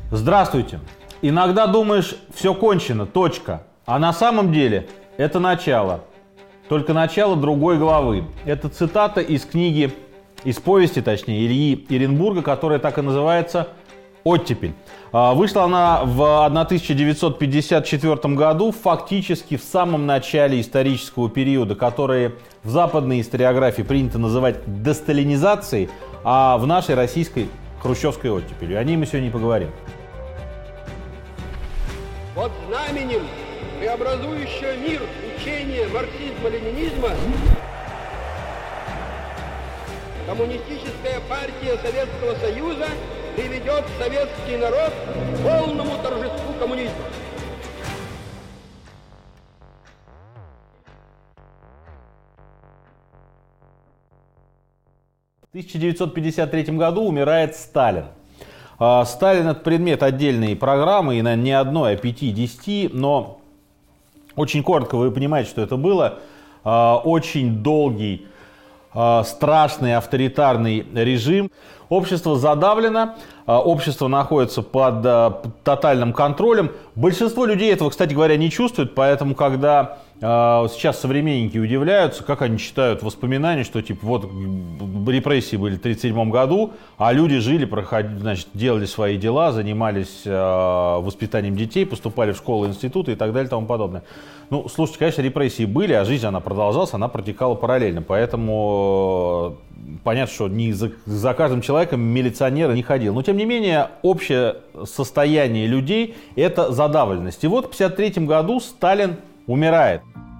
Здравствуйте. Иногда думаешь, все кончено, точка. А на самом деле это начало. Только начало другой главы. Это цитата из книги, из повести, точнее, Ильи Эренбурга, которая так и называется «Оттепель». Вышла она в 1954 году, фактически в самом начале исторического периода, который в западной историографии принято называть десталинизацией, а в нашей российской хрущевской оттепелью. О ней мы сегодня и поговорим. Под знаменем преобразующего мир учения марксизма-ленинизма Коммунистическая партия Советского Союза приведет советский народ к полному торжеству коммунизма. В 1953 году умирает Сталин. Сталин — это предмет отдельной программы, и, наверное, не одной, а 5-10, но очень коротко вы понимаете, что это было. Очень долгий, страшный авторитарный режим. Общество задавлено, общество находится под тотальным контролем. Большинство людей этого, кстати говоря, не чувствует, поэтому, когда сейчас современники удивляются, как они читают воспоминания, что типа вот репрессии были в 1937 году, а люди жили, значит, делали свои дела, занимались воспитанием детей, поступали в школы, институты и так далее и тому подобное. Ну, слушайте, конечно, репрессии были, а жизнь она продолжалась, она протекала параллельно, поэтому понятно, что не за каждым человеком милиционер не ходил. Но, тем не менее, общее состояние людей – это задавленность. И вот в 1953 году Сталин умирает.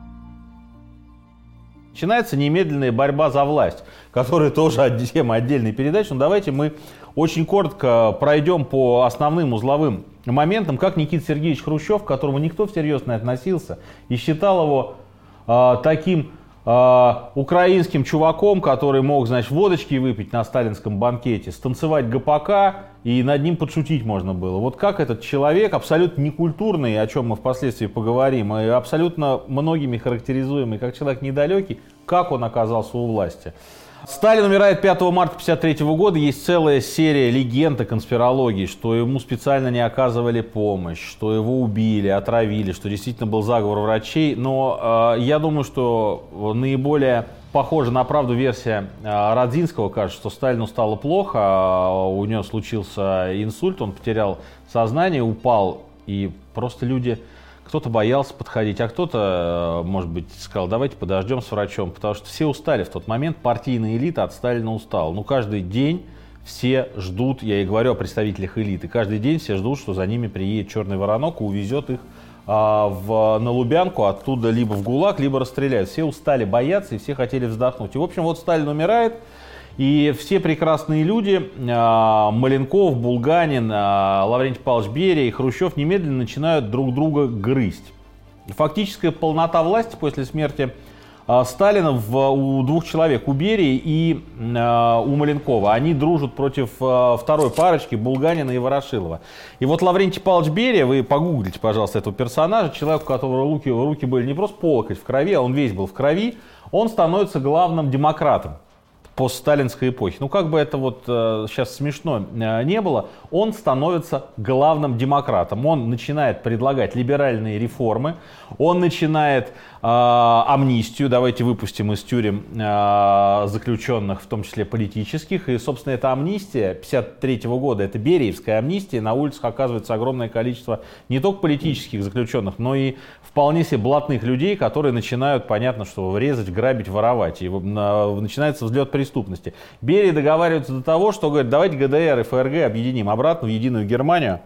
Начинается немедленная борьба за власть, которая тоже тема отдельной передачи. Но давайте мы очень коротко пройдем по основным узловым моментам, как Никита Сергеевич Хрущев, к которому никто всерьез не относился, и считал его таким украинским чуваком, который мог, значит, водочки выпить на сталинском банкете, станцевать ГПК, и над ним подшутить можно было. Вот как этот человек, абсолютно некультурный, о чем мы впоследствии поговорим, и абсолютно многими характеризуемый как человек недалекий, как он оказался у власти. Сталин умирает 5 марта 1953 года. Есть целая серия легенд о конспирологии, что ему специально не оказывали помощь, что его убили, отравили, что действительно был заговор врачей. Но я думаю, что наиболее похожа на правду версия Радзинского. Кажется, что Сталину стало плохо, у него случился инсульт, он потерял сознание, упал, и просто люди... Кто-то боялся подходить, а кто-то, может быть, сказал, давайте подождем с врачом, потому что все устали в тот момент, партийная элита от Сталина устала. Ну, каждый день все ждут, я и говорю о представителях элиты, каждый день все ждут, что за ними приедет черный воронок и увезет их на Лубянку, оттуда либо в ГУЛАГ, либо расстреляют. Все устали бояться и все хотели вздохнуть. И, в общем, вот Сталин умирает. И все прекрасные люди, Маленков, Булганин, Лаврентий Павлович Берия и Хрущев немедленно начинают друг друга грызть. Фактическая полнота власти после смерти Сталина у двух человек, у Берии и у Маленкова. Они дружат против второй парочки, Булганина и Ворошилова. И вот Лаврентий Павлович Берия, вы погуглите, пожалуйста, этого персонажа, человек, у которого руки были не просто по локоть в крови, а он весь был в крови, он становится главным демократом постсталинской эпохи. Ну, как бы это вот сейчас смешно не было, он становится главным демократом. Он начинает предлагать либеральные реформы, он начинает амнистию, давайте выпустим из тюрем заключенных, в том числе политических. И, собственно, эта амнистия 1953 года, это Бериевская амнистия, на улицах оказывается огромное количество не только политических заключенных, но и вполне себе блатных людей, которые начинают, понятно, что врезать, грабить, воровать. И начинается взлет преступности. Берия договаривается до того, что говорит, давайте ГДР и ФРГ объединим обратно в единую Германию.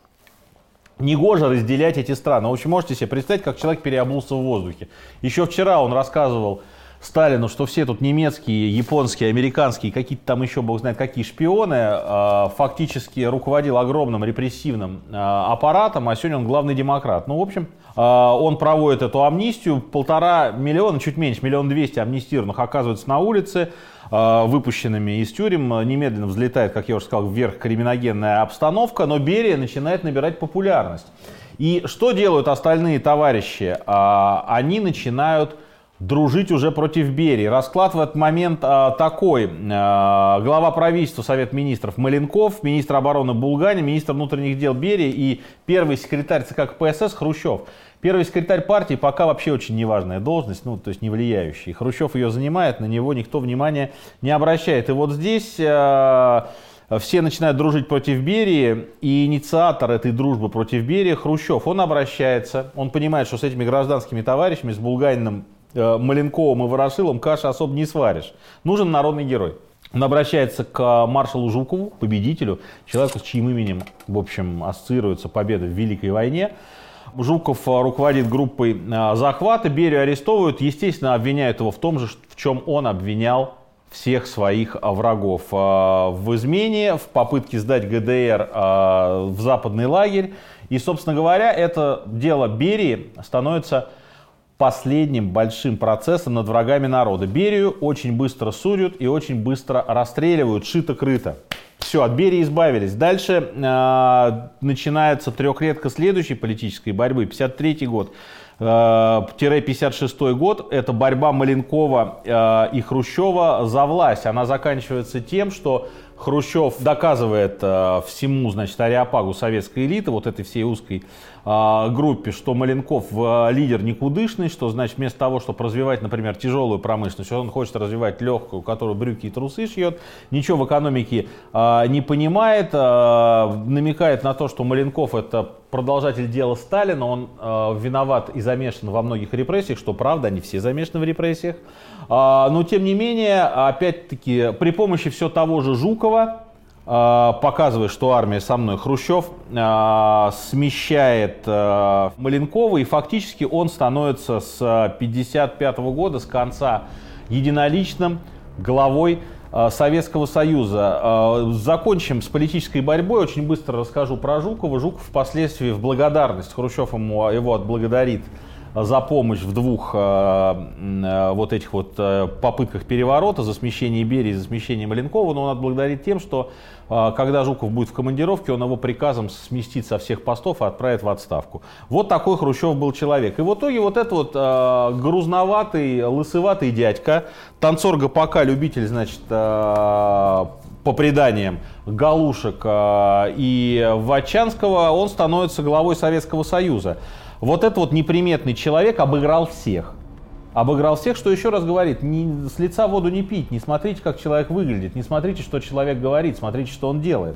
Негоже разделять эти страны. В общем, можете себе представить, как человек переобулся в воздухе. Еще вчера он рассказывал Сталину, что все тут немецкие, японские, американские, какие-то там еще, бог знает, какие шпионы, фактически руководил огромным репрессивным аппаратом, а сегодня он главный демократ. Ну, в общем, он проводит эту амнистию, 1,5 миллиона, чуть меньше, 1 200 000 амнистированных оказываются на улице, выпущенными из тюрем, немедленно взлетает, как я уже сказал, вверх криминогенная обстановка, но Берия начинает набирать популярность. И что делают остальные товарищи? Они начинают дружить уже против Берии. Расклад в этот момент такой. Глава правительства Совета министров Маленков, министр обороны Булганин, министр внутренних дел Берия и первый секретарь ЦК КПСС Хрущев. Первый секретарь партии пока вообще очень неважная должность, ну, то есть не влияющий. Хрущев ее занимает, на него никто внимания не обращает. И вот здесь все начинают дружить против Берии, и инициатор этой дружбы против Берии Хрущев, он обращается, он понимает, что с этими гражданскими товарищами, с Булганиным, Маленковым и Ворошиловым каши особо не сваришь. Нужен народный герой. Он обращается к маршалу Жукову, победителю, человеку, с чьим именем, в общем, ассоциируется победа в Великой войне. Жуков руководит группой захвата, Берию арестовывают, естественно, обвиняют его в том же, в чем он обвинял всех своих врагов. В измене, в попытке сдать ГДР в западный лагерь. И, собственно говоря, это дело Берии становится последним большим процессом над врагами народа. Берию очень быстро судят и очень быстро расстреливают, шито-крыто. Все, от Берии избавились. Дальше начинается трехлетка следующей политической борьбы, 1953 год. 1956 год, это борьба Маленкова и Хрущева за власть. Она заканчивается тем, что Хрущев доказывает всему, значит, ареопагу советской элиты, вот этой всей узкой группе, что Маленков лидер никудышный, что, значит, вместо того, чтобы развивать, например, тяжелую промышленность, он хочет развивать легкую, которую брюки и трусы шьет, ничего в экономике не понимает, намекает на то, что Маленков — это продолжатель дела Сталина, он виноват и замешан во многих репрессиях, что правда, они все замешаны в репрессиях. Но тем не менее, опять-таки, при помощи все того же Жукова, показывая, что армия со мной, Хрущев смещает Маленкова, и фактически он становится с 1955 года, с конца, единоличным главой Советского Союза. Закончим с политической борьбой. Очень быстро расскажу про Жукова. Жуков впоследствии в благодарность, Хрущев его отблагодарит за помощь в двух вот этих вот попытках переворота, за смещение Берии, за смещение Маленкова, но он отблагодарит тем, что когда Жуков будет в командировке, он его приказом сместит со всех постов и отправит в отставку. Вот такой Хрущев был человек. И в итоге вот этот вот грузноватый, лысоватый дядька, танцор ГПК, любитель, значит, по преданиям, галушек и Ватчанского, он становится главой Советского Союза. Вот этот вот неприметный человек обыграл всех. Обыграл всех, что еще раз говорит, с лица воду не пить, не смотрите, как человек выглядит, не смотрите, что человек говорит, смотрите, что он делает.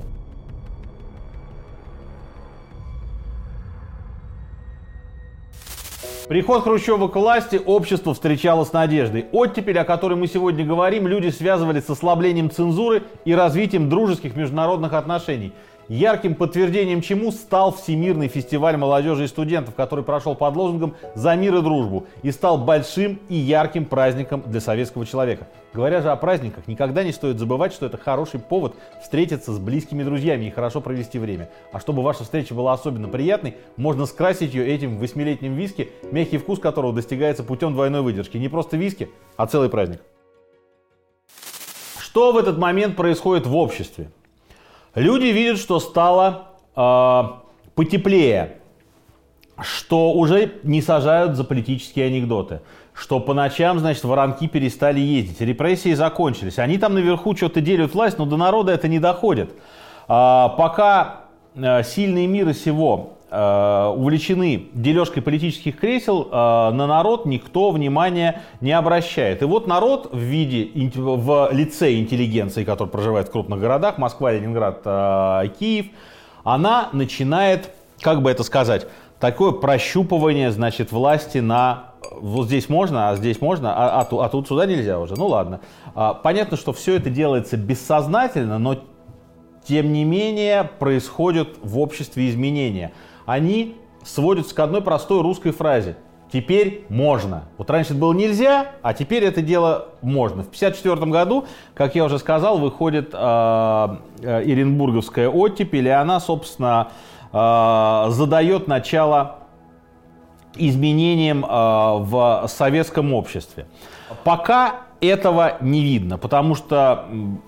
Приход Хрущева к власти общество встречало с надеждой. Оттепель, о которой мы сегодня говорим, люди связывали с ослаблением цензуры и развитием дружеских международных отношений. Ярким подтверждением чему стал Всемирный фестиваль молодежи и студентов, который прошел под лозунгом «За мир и дружбу» и стал большим и ярким праздником для советского человека. Говоря же о праздниках, никогда не стоит забывать, что это хороший повод встретиться с близкими друзьями и хорошо провести время. А чтобы ваша встреча была особенно приятной, можно скрасить ее этим 8-летним виски, мягкий вкус которого достигается путем двойной выдержки. Не просто виски, а целый праздник. Что в этот момент происходит в обществе? Люди видят, что стало потеплее, что уже не сажают за политические анекдоты, что по ночам, значит, воронки перестали ездить, репрессии закончились. Они там наверху что-то делят власть, но до народа это не доходит. Пока сильные мира сего увлечены дележкой политических кресел, на народ никто внимания не обращает. И вот народ в лице интеллигенции, которая проживает в крупных городах, Москва, Ленинград, Киев, она начинает, как бы это сказать, такое прощупывание, значит, власти на вот здесь можно, а здесь можно, а тут сюда нельзя уже. Ну ладно. Понятно, что все это делается бессознательно, но тем не менее происходят в обществе изменения. Они сводятся к одной простой русской фразе: теперь можно. Вот раньше это было нельзя, а теперь это дело можно. В 1954 году, как я уже сказал, выходит Оренбурговская оттепель, и она, собственно, задает начало изменениям в советском обществе. Пока этого не видно, потому что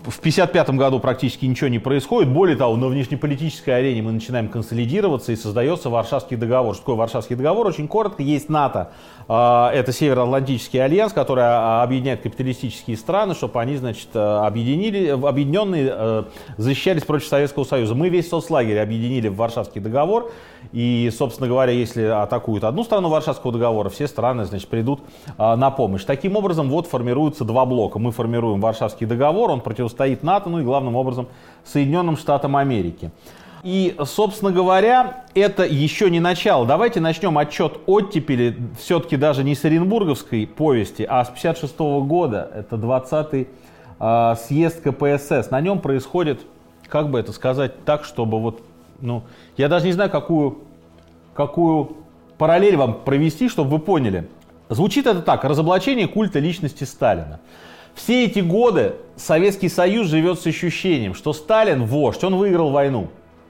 В 1955 году практически ничего не происходит. Более того, на внешнеполитической арене мы начинаем консолидироваться, и создается Варшавский договор. Что такое Варшавский договор? Очень коротко, есть НАТО. Это Североатлантический альянс, который объединяет капиталистические страны, чтобы они, значит, объединенные, защищались против Советского Союза. Мы весь соцлагерь объединили в Варшавский договор. И, собственно говоря, если атакуют одну страну Варшавского договора, все страны, значит, придут на помощь. Таким образом, вот формируются два блока. Мы формируем Варшавский договор, он противостоит НАТО, ну и главным образом Соединенным Штатам Америки. И, собственно говоря, это еще не начало. Давайте начнем отчет оттепели, все-таки даже не с Оренбурговской повести, а с 1956 года. Это 20-й съезд КПСС. На нем происходит, как бы это сказать так, чтобы вот, ну, я даже не знаю, какую параллель вам провести, чтобы вы поняли. Звучит это так: разоблачение культа личности Сталина. Все эти годы Советский Союз живет с ощущением, что Сталин вождь, он выиграл войну.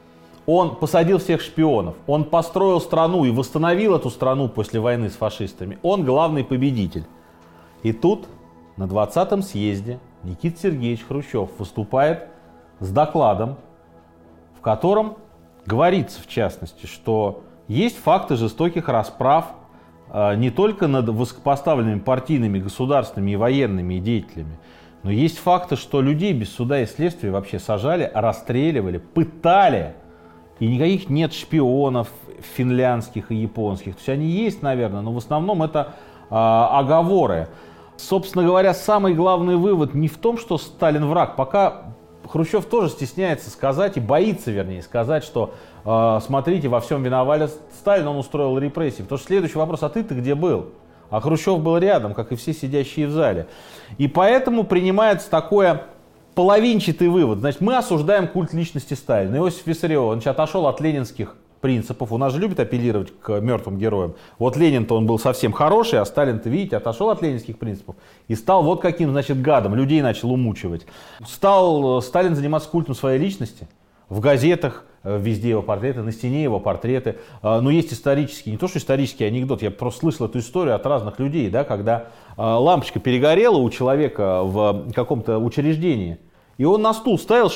Он посадил всех шпионов, он построил страну и восстановил эту страну после войны с фашистами. Он главный победитель. И тут на 20-м съезде Никита Сергеевич Хрущев выступает с докладом, в котором говорится, в частности, что есть факты жестоких расправ не только над высокопоставленными партийными, государственными и военными деятелями, но есть факты, что людей без суда и следствия вообще сажали, расстреливали, пытали. И никаких нет шпионов финляндских и японских. То есть они есть, наверное, но в основном это оговоры. Собственно говоря, самый главный вывод не в том, что Сталин враг. Пока Хрущев тоже стесняется сказать и боится, вернее, сказать, что смотрите, во всем виноват Сталин, он устроил репрессии. Потому что следующий вопрос: а ты-то где был? А Хрущев был рядом, как и все сидящие в зале. И поэтому принимается такое половинчатый вывод. Значит, мы осуждаем культ личности Сталина. Иосиф Виссарионович отошел от ленинских принципов. У нас же любят апеллировать к мертвым героям. Вот Ленин-то он был совсем хороший, а Сталин-то, видите, отошел от ленинских принципов и стал вот каким, значит, гадом. Людей начал умучивать. Стал Сталин заниматься культом своей личности. В газетах везде его портреты, на стене его портреты. Но есть исторический, не то что исторический анекдот, я просто слышал эту историю от разных людей, да, когда лампочка перегорела у человека в каком-то учреждении, и он на стул встал,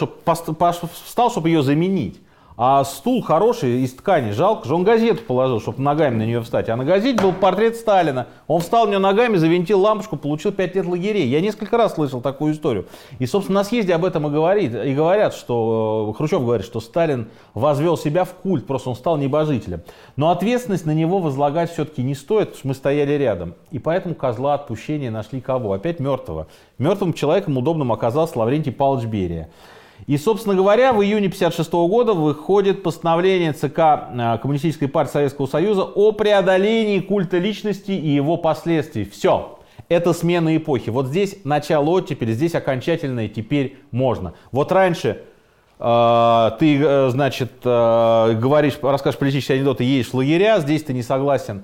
чтобы ее заменить. А стул хороший, из ткани, жалко же, он газету положил, чтобы ногами на нее встать. А на газете был портрет Сталина. Он встал на нее ногами, завинтил лампочку, получил 5 лет лагерей. Я несколько раз слышал такую историю. И, собственно, на съезде об этом и говорят, что Хрущев говорит, что Сталин возвел себя в культ, просто он стал небожителем. Но ответственность на него возлагать все-таки не стоит, потому что мы стояли рядом. И поэтому козла отпущения нашли кого? Опять мертвого. Мертвым человеком удобным оказался Лаврентий Павлович Берия. И, собственно говоря, в июне 1956 года выходит постановление ЦК Коммунистической партии Советского Союза о преодолении культа личности и его последствий. Все. Это смена эпохи. Вот здесь начало оттепели, здесь окончательное теперь можно. Вот раньше ты, значит, говоришь, расскажешь политические анекдоты, едешь в лагеря, здесь ты не согласен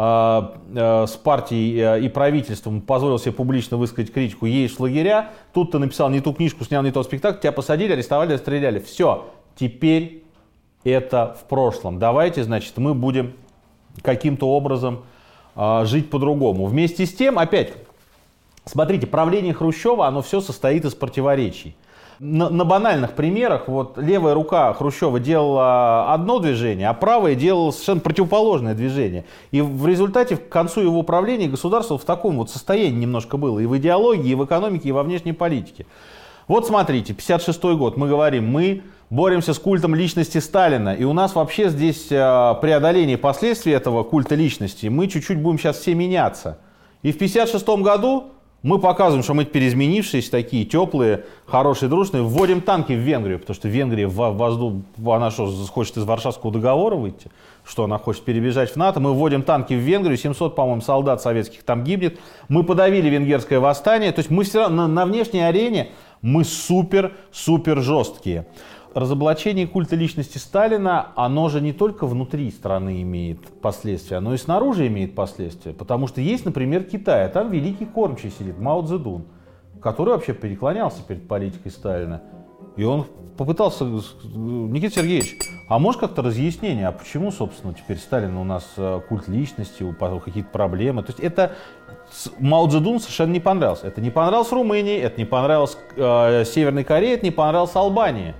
с партией и правительством, позволил себе публично высказать критику, едешь в лагеря, тут ты написал не ту книжку, снял не тот спектакль, тебя посадили, арестовали, расстреляли. Все, теперь это в прошлом. Давайте, значит, мы будем каким-то образом жить по-другому. Вместе с тем, опять, смотрите, правление Хрущева, оно все состоит из противоречий. На банальных примерах, вот левая рука Хрущева делала одно движение, а правая делала совершенно противоположное движение. И в результате, к концу его правления, государство в таком вот состоянии немножко было и в идеологии, и в экономике, и во внешней политике. Вот смотрите, 1956 год, мы говорим, мы боремся с культом личности Сталина, и у нас вообще здесь преодоление последствий этого культа личности, мы чуть-чуть будем сейчас все меняться. И в 1956 году мы показываем, что мы теперь изменившиеся, такие теплые, хорошие, дружные, вводим танки в Венгрию, потому что Венгрия она что, хочет из Варшавского договора выйти, что она хочет перебежать в НАТО. Мы вводим танки в Венгрию, 700, по-моему, солдат советских там гибнет. Мы подавили венгерское восстание, то есть мы все равно на внешней арене мы супер жесткие. Разоблачение культа личности Сталина, оно же не только внутри страны имеет последствия, оно и снаружи имеет последствия. Потому что есть, например, Китай, а там великий кормчий сидит, Мао Цзэдун, который вообще преклонялся перед политикой Сталина. И он попытался, Никита Сергеевич, А может как-то разъяснение, а почему, собственно, теперь Сталин у нас культ личности, какие-то проблемы? То есть это Мао Цзэдуну совершенно не понравилось. Это не понравилось Румынии, это не понравилось Северной Корее, это не понравилось Албании.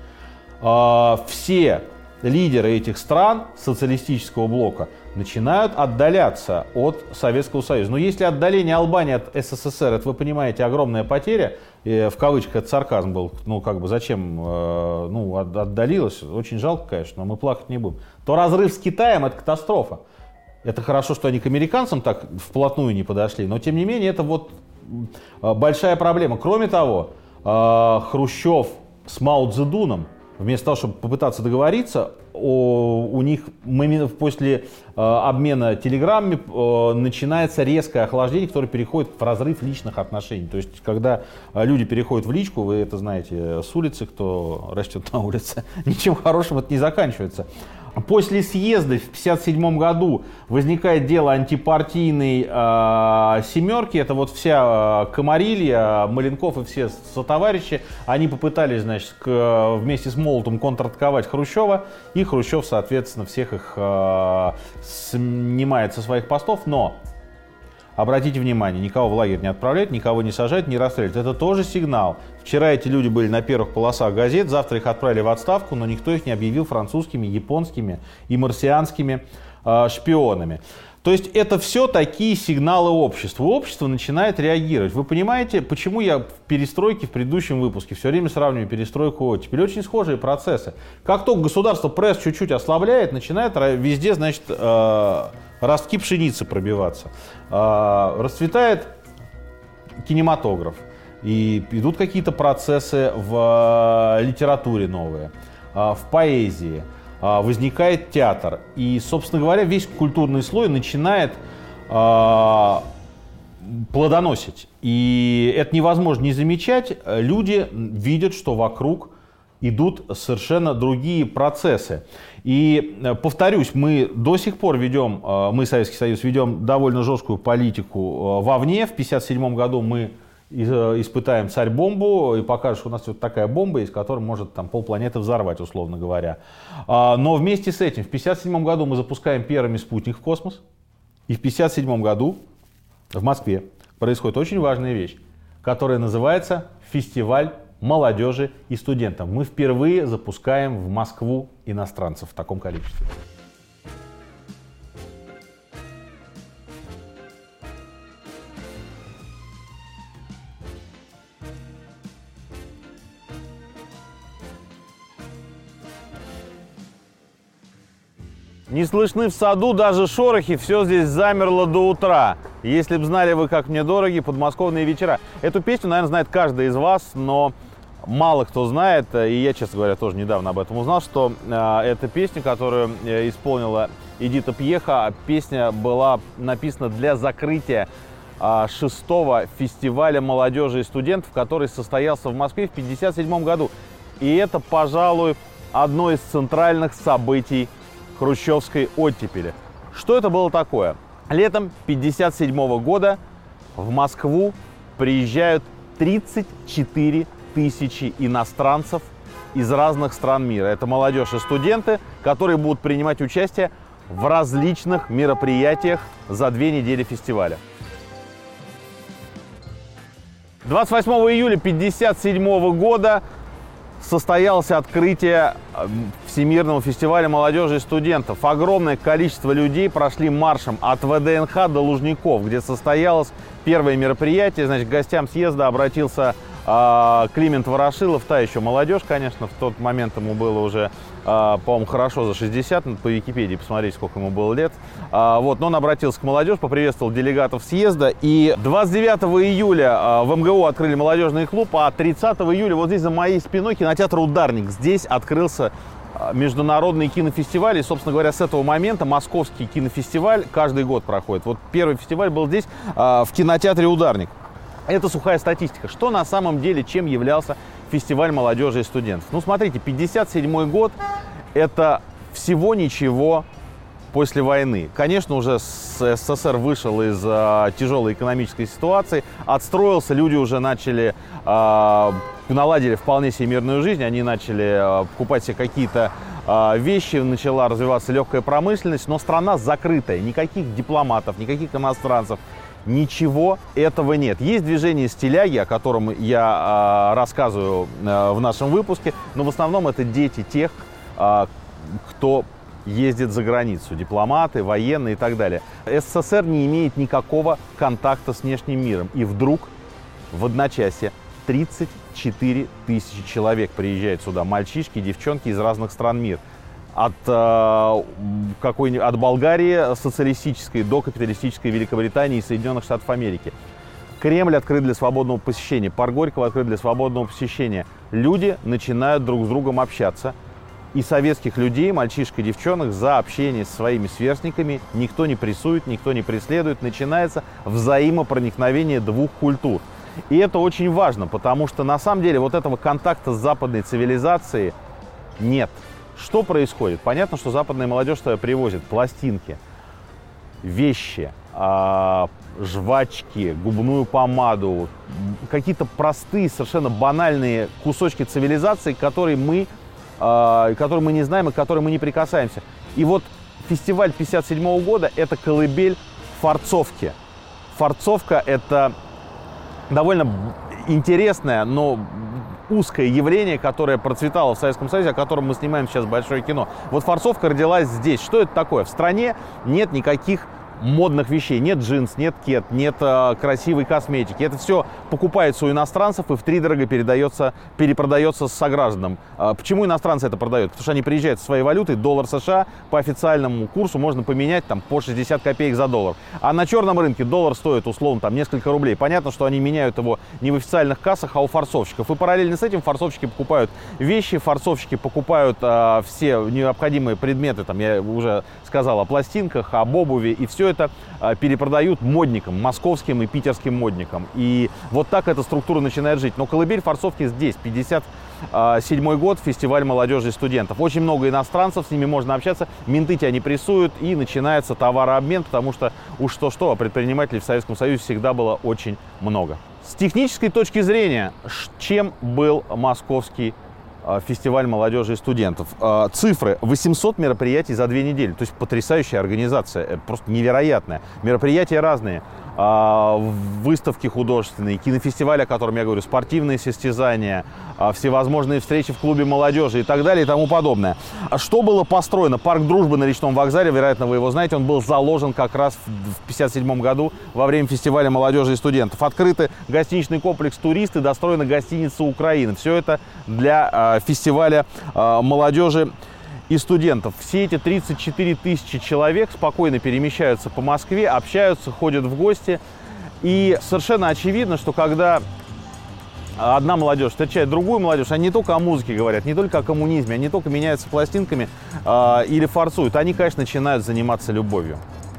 Все лидеры этих стран социалистического блока начинают отдаляться от Советского Союза. Но если отдаление Албании от СССР, это, вы понимаете, огромная потеря, в кавычках это сарказм был, ну как бы зачем, ну отдалилась, очень жалко, конечно, но мы плакать не будем, то разрыв с Китаем это катастрофа. Это хорошо, что они к американцам так вплотную не подошли, но тем не менее это вот большая проблема. Кроме того, Хрущев с Мао Цзэдуном, вместо того, чтобы попытаться договориться, у них после обмена телеграммами начинается резкое охлаждение, которое переходит в разрыв личных отношений. То есть, когда люди переходят в личку, вы это знаете с улицы, кто растет на улице, ничем хорошим это не заканчивается. После съезда в 1957 году возникает дело антипартийной семерки. Это вот вся Комарилья, Маленков и все сотоварищи. Они попытались, значит, вместе с Молотом контратаковать Хрущева. И Хрущев, соответственно, всех их снимает со своих постов. Но обратите внимание, никого в лагерь не отправляют, никого не сажают, не расстреливают. Это тоже сигнал. Вчера эти люди были на первых полосах газет, завтра их отправили в отставку, но никто их не объявил французскими, японскими и марсианскими шпионами. То есть это все такие сигналы общества. Общество начинает реагировать. Вы понимаете, почему я в перестройке в предыдущем выпуске все время сравниваю перестройку и оттепель? Очень схожие процессы. Как только государство пресс чуть-чуть ослабляет, начинает везде, значит, ростки пшеницы пробиваться. Расцветает кинематограф. И идут какие-то процессы в литературе новые, в поэзии. Возникает театр. И, собственно говоря, весь культурный слой начинает плодоносить. И это невозможно не замечать. Люди видят, что вокруг идут совершенно другие процессы. И, повторюсь, мы до сих пор ведем, мы, Советский Союз, ведем довольно жесткую политику вовне. В 1957 году мы испытаем царь-бомбу и покажешь, что у нас вот такая бомба, из которой может там полпланеты взорвать, условно говоря. Но вместе с этим в 1957 году мы запускаем первыми спутник в космос. И в 1957 году в Москве происходит очень важная вещь, которая называется «Фестиваль молодежи и студентов». Мы впервые запускаем в Москву иностранцев в таком количестве. Не слышны в саду даже шорохи, все здесь замерло до утра. Если б знали вы, как мне дороги подмосковные вечера. Эту песню, наверное, знает каждый из вас, но мало кто знает, и я, честно говоря, тоже недавно об этом узнал, что эта песня, которую исполнила Эдита Пьеха, песня была написана для закрытия 6-го фестиваля молодежи и студентов, который состоялся в Москве в 1957 году. И это, пожалуй, одно из центральных событий хрущевской оттепели. Что это было такое? Летом 1957 года в Москву приезжают 34 тысячи иностранцев из разных стран мира. Это молодежь и студенты, которые будут принимать участие в различных мероприятиях за 2 недели фестиваля. 28 июля 1957 года состоялось открытие Всемирного фестиваля молодежи и студентов. Огромное количество людей прошли маршем от ВДНХ до Лужников, где состоялось первое мероприятие. Значит, к гостям съезда обратился Климент Ворошилов, та еще молодежь, конечно, в тот момент ему было уже, по-моему, хорошо за 60, по Википедии посмотрите, сколько ему было лет. Вот, но он обратился к молодежи, поприветствовал делегатов съезда, и 29 июля в МГУ открыли молодежный клуб, а 30 июля вот здесь за моей спиной кинотеатр «Ударник». Здесь открылся международный кинофестиваль, и, собственно говоря, с этого момента московский кинофестиваль каждый год проходит. Вот первый фестиваль был здесь, в кинотеатре «Ударник». Это сухая статистика. Что на самом деле, чем являлся фестиваль молодежи и студентов? Ну, смотрите, 1957 год – это всего ничего после войны. Конечно, уже СССР вышел из тяжелой экономической ситуации, отстроился, люди уже наладили вполне себе мирную жизнь, они начали покупать себе какие-то вещи, начала развиваться легкая промышленность, но страна закрытая, никаких дипломатов, никаких иностранцев, ничего этого нет. Есть движение «Стиляги», о котором я рассказываю в нашем выпуске, но в основном это дети тех, кто ездит за границу, дипломаты, военные и так далее. СССР не имеет никакого контакта с внешним миром. И вдруг в одночасье 34 тысячи человек приезжает сюда. Мальчишки, девчонки из разных стран мира. От Болгарии социалистической до капиталистической Великобритании и Соединенных Штатов Америки. Кремль открыт для свободного посещения. Парк Горького открыт для свободного посещения. Люди начинают друг с другом общаться. И советских людей, мальчишек и девчонок, за общение со своими сверстниками никто не прессует, никто не преследует. Начинается взаимопроникновение двух культур. И это очень важно, потому что на самом деле вот этого контакта с западной цивилизацией нет. Что происходит? Понятно, что западная молодежь своя привозит пластинки, вещи, жвачки, губную помаду, какие-то простые, совершенно банальные кусочки цивилизации, которые мы не знаем и к которым мы не прикасаемся. И вот фестиваль 1957 года – это колыбель форцовки. Форцовка – это довольно интересное, но узкое явление, которое процветало в Советском Союзе, о котором мы снимаем сейчас большое кино. Вот форцовка родилась здесь. Что это такое? В стране нет никаких модных вещей. Нет джинс, нет кет, нет красивой косметики. Это все покупается у иностранцев и втридорого перепродается согражданам. Почему иностранцы это продают? Потому что они приезжают со своей валютой. Доллар США по официальному курсу можно поменять там, по 60 копеек за доллар. А на черном рынке доллар стоит условно там, несколько рублей. Понятно, что они меняют его не в официальных кассах, а у форцовщиков. И параллельно с этим форцовщики покупают вещи, форцовщики покупают все необходимые предметы. Там, я уже сказал о пластинках, об обуви. И все это перепродают модникам, московским и питерским модникам. И вот так эта структура начинает жить. Но колыбель форцовки здесь, 57 год, фестиваль молодежи и студентов. Очень много иностранцев, с ними можно общаться, менты тебя не прессуют, и начинается товарообмен, потому что уж что-что, а предпринимателей в Советском Союзе всегда было очень много. С технической точки зрения, чем был московский фестиваль молодежи и студентов? Цифры: 800 мероприятий за 2 недели. То есть потрясающая организация, просто невероятная. Мероприятия разные. Выставки художественные, кинофестивали, о котором я говорю, спортивные состязания, всевозможные встречи в клубе молодежи и так далее и тому подобное. Что было построено? Парк Дружбы на Речном вокзале, вероятно, вы его знаете, он был заложен как раз в 1957 году во время фестиваля молодежи и студентов. Открыты гостиничный комплекс «Туристы», достроена гостиница «Украина». Все это для фестиваля молодежи и студентов. Все эти 34 тысячи человек спокойно перемещаются по Москве, общаются, ходят в гости. И совершенно очевидно, что когда одна молодежь встречает другую молодежь, они не только о музыке говорят, не только о коммунизме, они не только меняются пластинками или форцуют, они, конечно, начинают заниматься любовью.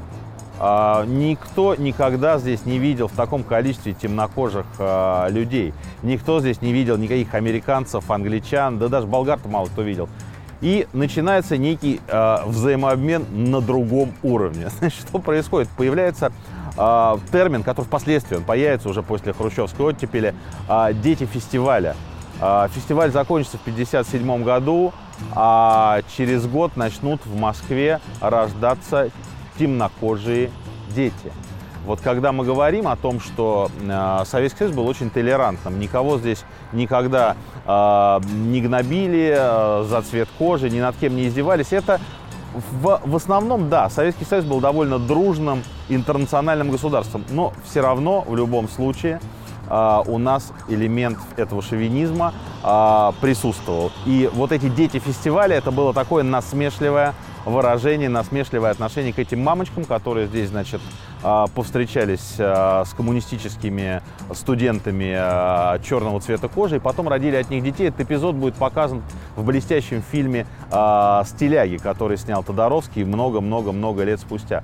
Никто никогда здесь не видел в таком количестве темнокожих людей. Никто здесь не видел никаких американцев, англичан, да даже болгар-то мало кто видел. И начинается некий взаимообмен на другом уровне. Значит, что происходит? Появляется термин, который впоследствии появится уже после хрущевской оттепели, «дети фестиваля». Фестиваль закончится в 1957 году, а через год начнут в Москве рождаться темнокожие дети. Вот когда мы говорим о том, что Советский Союз был очень толерантным, никого здесь никогда не гнобили за цвет кожи, ни над кем не издевались, это в основном, да, Советский Союз был довольно дружным интернациональным государством, но все равно в любом случае у нас элемент этого шовинизма присутствовал. И вот эти дети фестиваля, это было такое насмешливое выражение, насмешливое отношение к этим мамочкам, которые здесь, значит, повстречались с коммунистическими студентами черного цвета кожи и потом родили от них детей. Этот эпизод будет показан в блестящем фильме «Стиляги», который снял Тодоровский много-много-много лет спустя.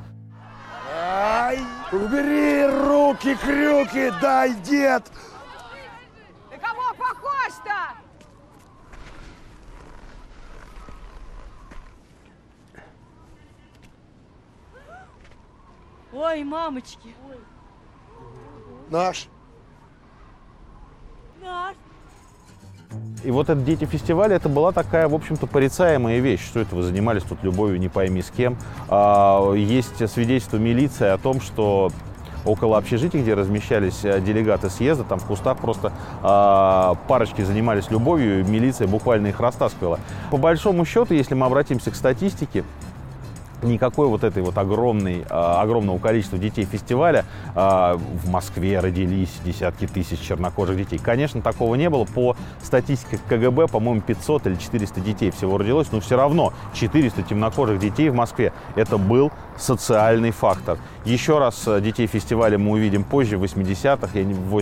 Ай, убери руки-крюки, дай, дед! Ты кого похож-то? Ой, мамочки. Наш. Наш. И вот этот «Дети фестиваля» это была такая, в общем-то, порицаемая вещь. Что это вы занимались тут любовью, не пойми с кем. Есть свидетельство милиции о том, что около общежития, где размещались делегаты съезда, там в кустах просто парочки занимались любовью, и милиция буквально их растаскивала. По большому счету, если мы обратимся к статистике, никакой вот этой вот огромного количества детей фестиваля в Москве родились десятки тысяч чернокожих детей. Конечно, такого не было. По статистике КГБ, по-моему, 500 или 400 детей всего родилось, но все равно 400 темнокожих детей в Москве. Это был социальный фактор. Еще раз детей фестиваля мы увидим позже, в 80-х, в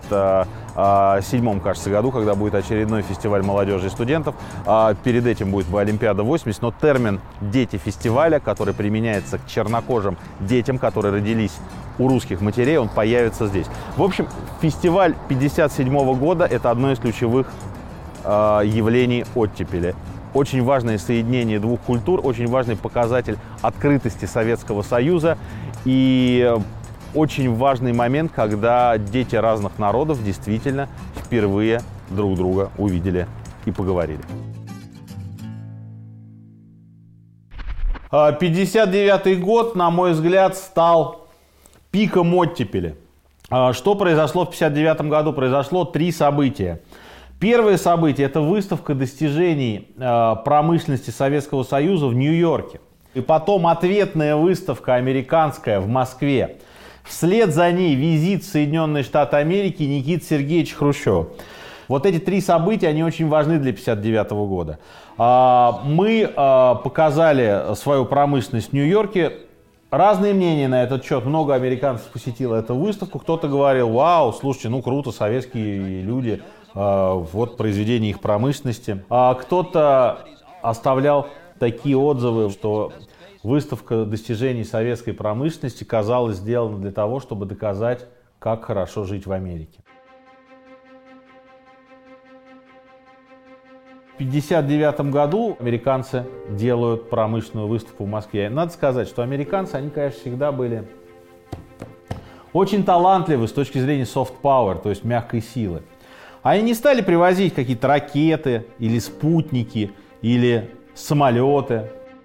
87-м, кажется, году, когда будет очередной фестиваль молодежи и студентов. Перед этим будет Олимпиада 80, но термин «дети фестиваля», который применяется к чернокожим детям, которые родились у русских матерей, он появится здесь. В общем, фестиваль 57 года – это одно из ключевых явлений оттепели. Очень важное соединение двух культур, очень важный показатель открытости Советского Союза и очень важный момент, когда дети разных народов действительно впервые друг друга увидели и поговорили. 59-й год, на мой взгляд, стал пиком оттепели. Что произошло в 59 году? Произошло 3 события. Первое событие – это выставка достижений промышленности Советского Союза в Нью-Йорке. И потом ответная выставка американская в Москве. Вслед за ней визит в Соединенные Штаты Америки Никиты Сергеевича Хрущева. Вот эти 3 события, они очень важны для 59 года. Мы показали свою промышленность в Нью-Йорке. Разные мнения на этот счет. Много американцев посетило эту выставку. Кто-то говорил: вау, слушайте, ну круто, советские люди, вот произведение их промышленности. А кто-то оставлял такие отзывы, что выставка достижений советской промышленности казалась сделана для того, чтобы доказать, как хорошо жить в Америке. В 1959 году американцы делают промышленную выставку в Москве. Надо сказать, что американцы, они, конечно, всегда были очень талантливы с точки зрения soft power, то есть мягкой силы. Они не стали привозить какие-то ракеты или спутники, или самолеты.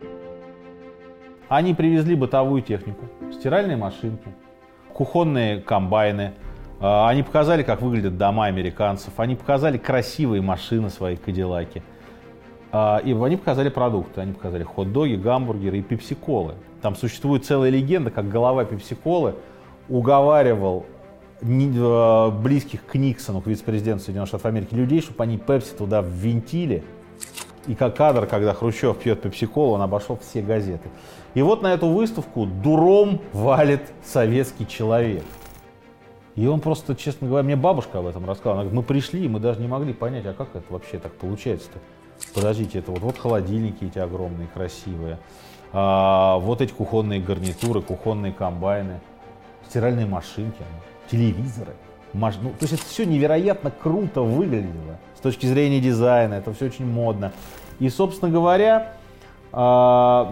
Они привезли бытовую технику, стиральные машинки, кухонные комбайны. Они показали, как выглядят дома американцев. Они показали красивые машины, свои кадиллаки. И они показали продукты. Они показали хот-доги, гамбургеры и пепси-колы. Там существует целая легенда, как глава пепси-колы уговаривал близких к Никсону, к вице-президенту Соединенных Штатов Америки, людей, чтобы они пепси туда ввинтили. И как кадр, когда Хрущев пьет пепси-колу, он обошел все газеты. И вот на эту выставку дуром валит советский человек. И он просто, честно говоря, мне бабушка об этом рассказала. Она говорит: мы пришли, и мы даже не могли понять, а как это вообще так получается-то? Подождите, это вот холодильники эти огромные, красивые, вот эти кухонные гарнитуры, кухонные комбайны, стиральные машинки, телевизоры. Ну, то есть это все невероятно круто выглядело с точки зрения дизайна, это все очень модно. И, собственно говоря, в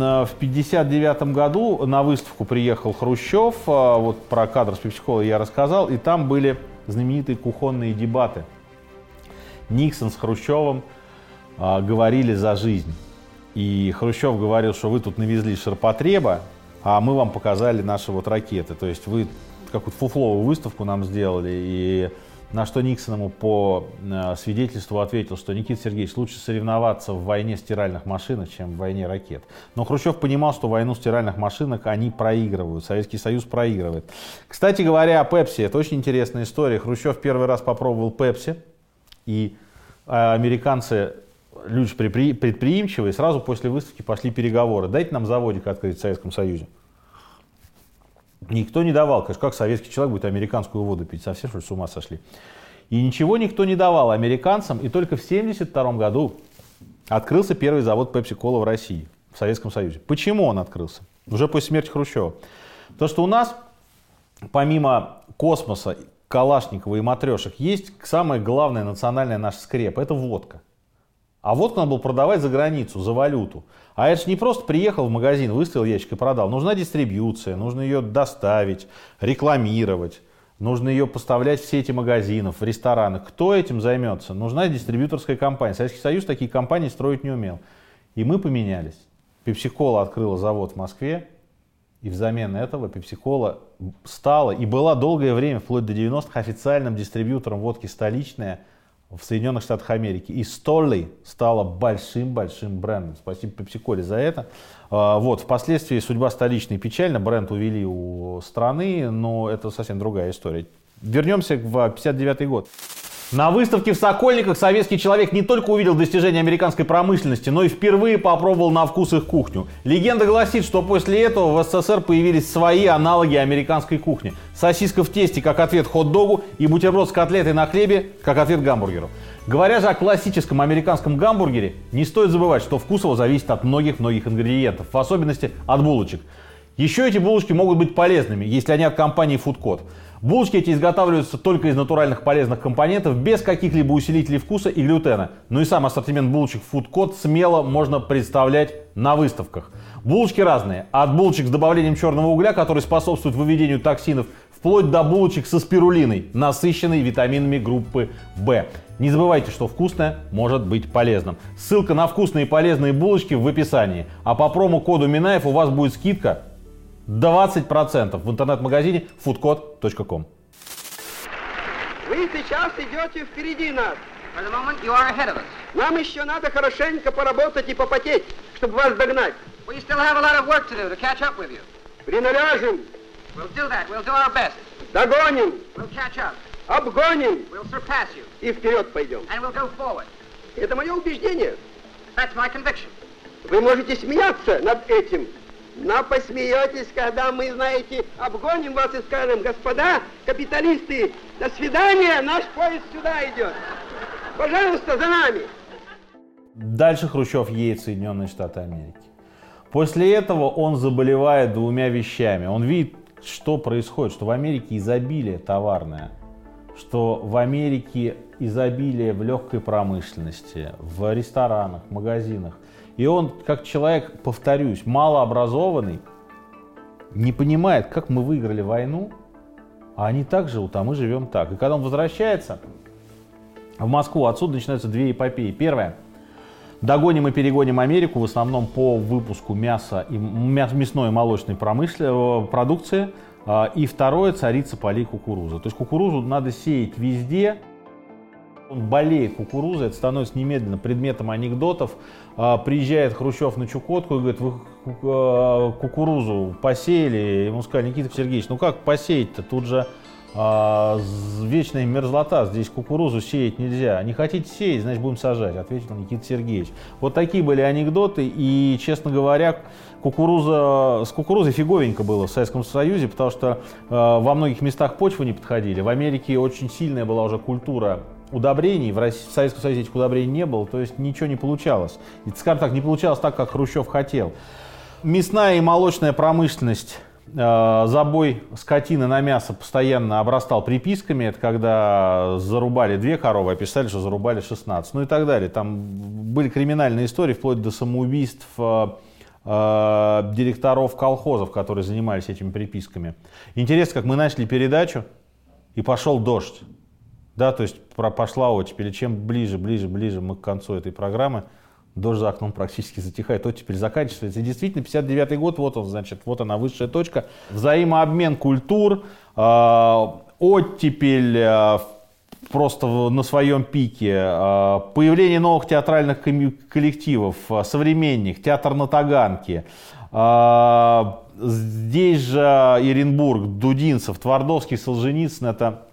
1959 году на выставку приехал Хрущев, вот про кадр с пепси-колой я рассказал, и там были знаменитые кухонные дебаты. Никсон с Хрущевым говорили за жизнь. И Хрущев говорил, что вы тут навезли ширпотреба, а мы вам показали наши вот ракеты. То есть вы какую-то фуфловую выставку нам сделали, и на что Никсон ему по свидетельству ответил, что: Никита Сергеевич, лучше соревноваться в войне стиральных машинок, чем в войне ракет. Но Хрущев понимал, что войну стиральных машинок они проигрывают, Советский Союз проигрывает. Кстати говоря, о Пепси, это очень интересная история. Хрущев первый раз попробовал Пепси, и американцы, люди предприимчивые, сразу после выставки пошли переговоры. Дайте нам заводик открыть в Советском Союзе. Никто не давал, конечно, как советский человек будет американскую воду пить, совсем что ли с ума сошли. И ничего никто не давал американцам, и только в 1972 году открылся первый завод Pepsi-Cola в России, в Советском Союзе. Почему он открылся? Уже после смерти Хрущева. Потому что у нас, помимо космоса, Калашникова и матрешек, есть самая главная национальная наша скрепа – это водка. А водку надо было продавать за границу, за валюту. А это же не просто приехал в магазин, выставил ящик и продал. Нужна дистрибьюция, нужно ее доставить, рекламировать, Нужно ее поставлять в сети магазинов, в рестораны. Кто этим займется? Нужна дистрибьюторская компания. Советский Союз такие компании строить не умел. И мы поменялись. Пепси-кола открыла завод в Москве. И взамен этого Пепси-кола стала и была долгое время, вплоть до 90-х, официальным дистрибьютором водки «Столичная» в Соединенных Штатах Америки. И Столли стала большим-большим брендом. Спасибо Пепси-коле за это. Вот. Впоследствии судьба «Столичной» печальна. Бренд увели у страны, но это совсем другая история. Вернемся в 1959 год. На выставке в Сокольниках советский человек не только увидел достижения американской промышленности, но и впервые попробовал на вкус их кухню. Легенда гласит, что после этого в СССР появились свои аналоги американской кухни. Сосиска в тесте как ответ хот-догу и бутерброд с котлетой на хлебе как ответ гамбургеру. Говоря же о классическом американском гамбургере, не стоит забывать, что вкус его зависит от многих-многих ингредиентов, в особенности от булочек. Еще эти булочки могут быть полезными, если они от компании Food Code. Булочки эти изготавливаются только из натуральных полезных компонентов, без каких-либо усилителей вкуса и глютена. Ну и сам ассортимент булочек Food Code смело можно представлять на выставках. Булочки разные. От булочек с добавлением черного угля, который способствует выведению токсинов, вплоть до булочек со спирулиной, насыщенной витаминами группы В. Не забывайте, что вкусное может быть полезным. Ссылка на вкусные и полезные булочки в описании. А по промокоду Минаев у вас будет скидка 20% в интернет-магазине foodcode.com. Вы сейчас идете впереди нас. For the moment, you are ahead of us. Нам еще надо хорошенько поработать и попотеть, чтобы вас догнать. We still have a lot of work to do to catch up with you. Приналяжем. We'll do that. We'll do our best. Догоним. We'll catch up. Обгоним. We'll surpass you. И вперед пойдем. And we'll go forward. Это мое убеждение. That's my conviction. Вы можете смеяться над этим, но посмеетесь, когда мы, знаете, обгоним вас и скажем: господа капиталисты, до свидания, наш поезд сюда идет. Пожалуйста, за нами. Дальше Хрущев едет в Соединенные Штаты Америки. После этого он заболевает двумя вещами. Он видит, что происходит, что в Америке изобилие товарное, что в Америке изобилие в легкой промышленности, в ресторанах, магазинах. И он, как человек, повторюсь, малообразованный, не понимает, как мы выиграли войну, а они так живут, а мы живем так. И когда он возвращается в Москву, отсюда начинаются две эпопеи. Первая. Догоним и перегоним Америку в основном по выпуску мяса и мясной и молочной продукции. И второе, царица полей кукуруза. То есть кукурузу надо сеять везде. Он болеет кукурузой, это становится немедленно предметом анекдотов. Приезжает Хрущев на Чукотку и говорит: вы кукурузу посеяли? Ему сказали: Никита Сергеевич, ну как посеять-то? Тут же вечная мерзлота, здесь кукурузу сеять нельзя. Не хотите сеять, значит будем сажать, ответил Никита Сергеевич. Вот такие были анекдоты, и, честно говоря, с кукурузой фиговенько было в Советском Союзе, потому что во многих местах почвы не подходили. В Америке очень сильная была уже культура удобрений, в Советском Союзе этих удобрений не было, то есть ничего не получалось. И, скажем так, не получалось так, как Хрущев хотел. Мясная и молочная промышленность, забой скотины на мясо постоянно обрастал приписками. Это когда зарубали 2 коровы, а писали, что зарубали 16. Ну и так далее. Там были криминальные истории, вплоть до самоубийств директоров колхозов, которые занимались этими приписками. Интересно, как мы начали передачу, и пошел дождь. Да, то есть пошла оттепель. И чем ближе мы к концу этой программы, дождь за окном практически затихает, оттепель заканчивается. И действительно, 59-й год, вот он, значит, вот она, высшая точка. Взаимообмен культур, оттепель просто на своем пике, появление новых театральных коллективов, современник, театр на Таганке. Здесь же Оренбург, Дудинцев, Твардовский, Солженицын — это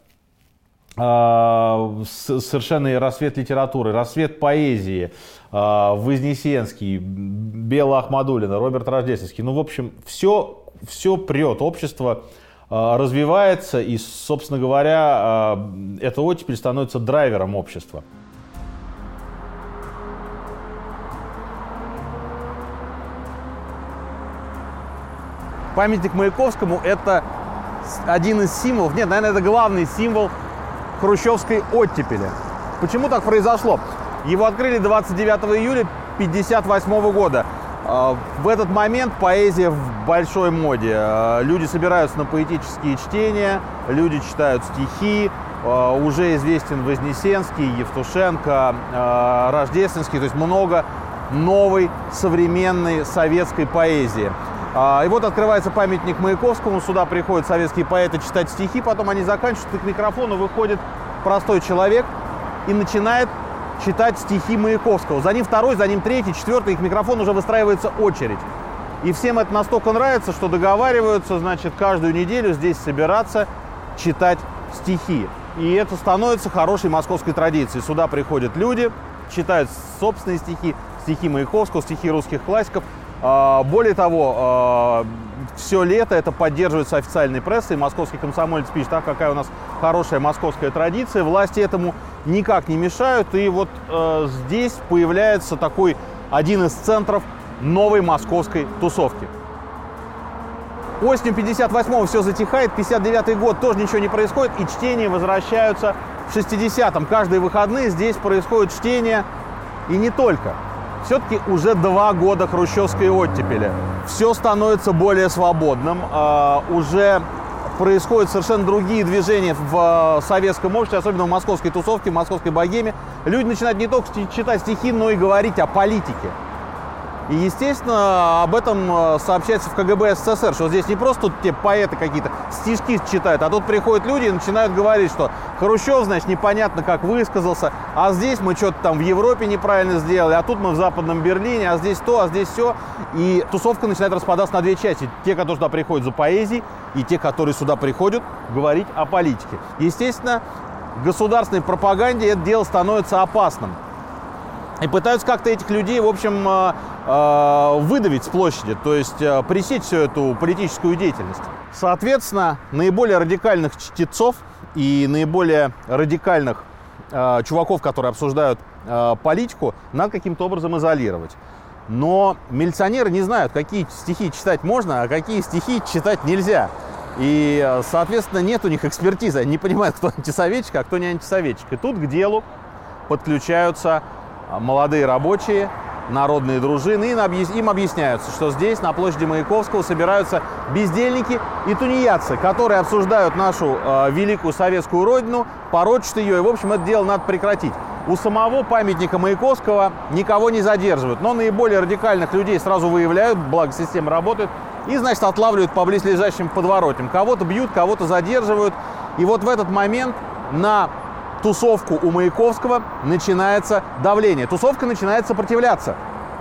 совершенный рассвет литературы, рассвет поэзии, Вознесенский, Белла Ахмадуллина, Роберт Рождественский. Ну, в общем, все прет, общество развивается, и, собственно говоря, эта оттепель становится драйвером общества. Памятник Маяковскому — это один из символов, нет, наверное, это главный символ хрущевской оттепели. Почему так произошло? Его открыли 29 июля 1958 года. В этот момент поэзия в большой моде. Люди собираются на поэтические чтения, люди читают стихи. Уже известен Вознесенский, Евтушенко, Рождественский, то есть много новой современной советской поэзии. И вот открывается памятник Маяковскому, сюда приходят советские поэты читать стихи, потом они заканчивают, и к микрофону выходит простой человек и начинает читать стихи Маяковского. За ним второй, за ним третий, четвертый, и к микрофону уже выстраивается очередь. И всем это настолько нравится, что договариваются, значит, каждую неделю здесь собираться, читать стихи. И это становится хорошей московской традицией. Сюда приходят люди, читают собственные стихи, стихи Маяковского, стихи русских классиков. Более того, все лето это поддерживается официальной прессой. Московский комсомолец пишет, какая у нас хорошая московская традиция. Власти этому никак не мешают. И вот здесь появляется такой один из центров новой московской тусовки. Осенью 58-го все затихает, 59-й год тоже ничего не происходит, и чтения возвращаются в 60-м. Каждые выходные здесь происходит чтение, и не только. Все-таки уже 2 года хрущевской оттепели. Все становится более свободным, уже происходят совершенно другие движения в советском обществе, особенно в московской тусовке, в московской богеме. Люди начинают не только читать стихи, но и говорить о политике. И, естественно, об этом сообщается в КГБ СССР, что здесь не просто тут те поэты какие-то стишки читают, а тут приходят люди и начинают говорить, что Хрущев, значит, непонятно как высказался, а здесь мы что-то там в Европе неправильно сделали, а тут мы в Западном Берлине, а здесь то, а здесь все. И тусовка начинает распадаться на 2 части. Те, которые сюда приходят за поэзией, и те, которые сюда приходят говорить о политике. Естественно, в государственной пропаганде это дело становится опасным. И пытаются как-то этих людей, в общем, выдавить с площади, то есть пресечь всю эту политическую деятельность. Соответственно, наиболее радикальных чтецов и наиболее радикальных чуваков, которые обсуждают политику, надо каким-то образом изолировать. Но милиционеры не знают, какие стихи читать можно, а какие стихи читать нельзя. И, соответственно, нет у них экспертизы. Они не понимают, кто антисоветчик, а кто не антисоветчик. И тут к делу подключаются молодые рабочие, народные дружины, и им объясняются, что здесь, на площади Маяковского, собираются бездельники и тунеядцы, которые обсуждают нашу великую советскую родину, порочат ее, и, в общем, это дело надо прекратить. У самого памятника Маяковского никого не задерживают, но наиболее радикальных людей сразу выявляют, благо система работает, и, значит, отлавливают по близлежащим подворотням. Кого-то бьют, кого-то задерживают, и вот в этот момент на тусовку у Маяковского начинается давление. Тусовка начинает сопротивляться.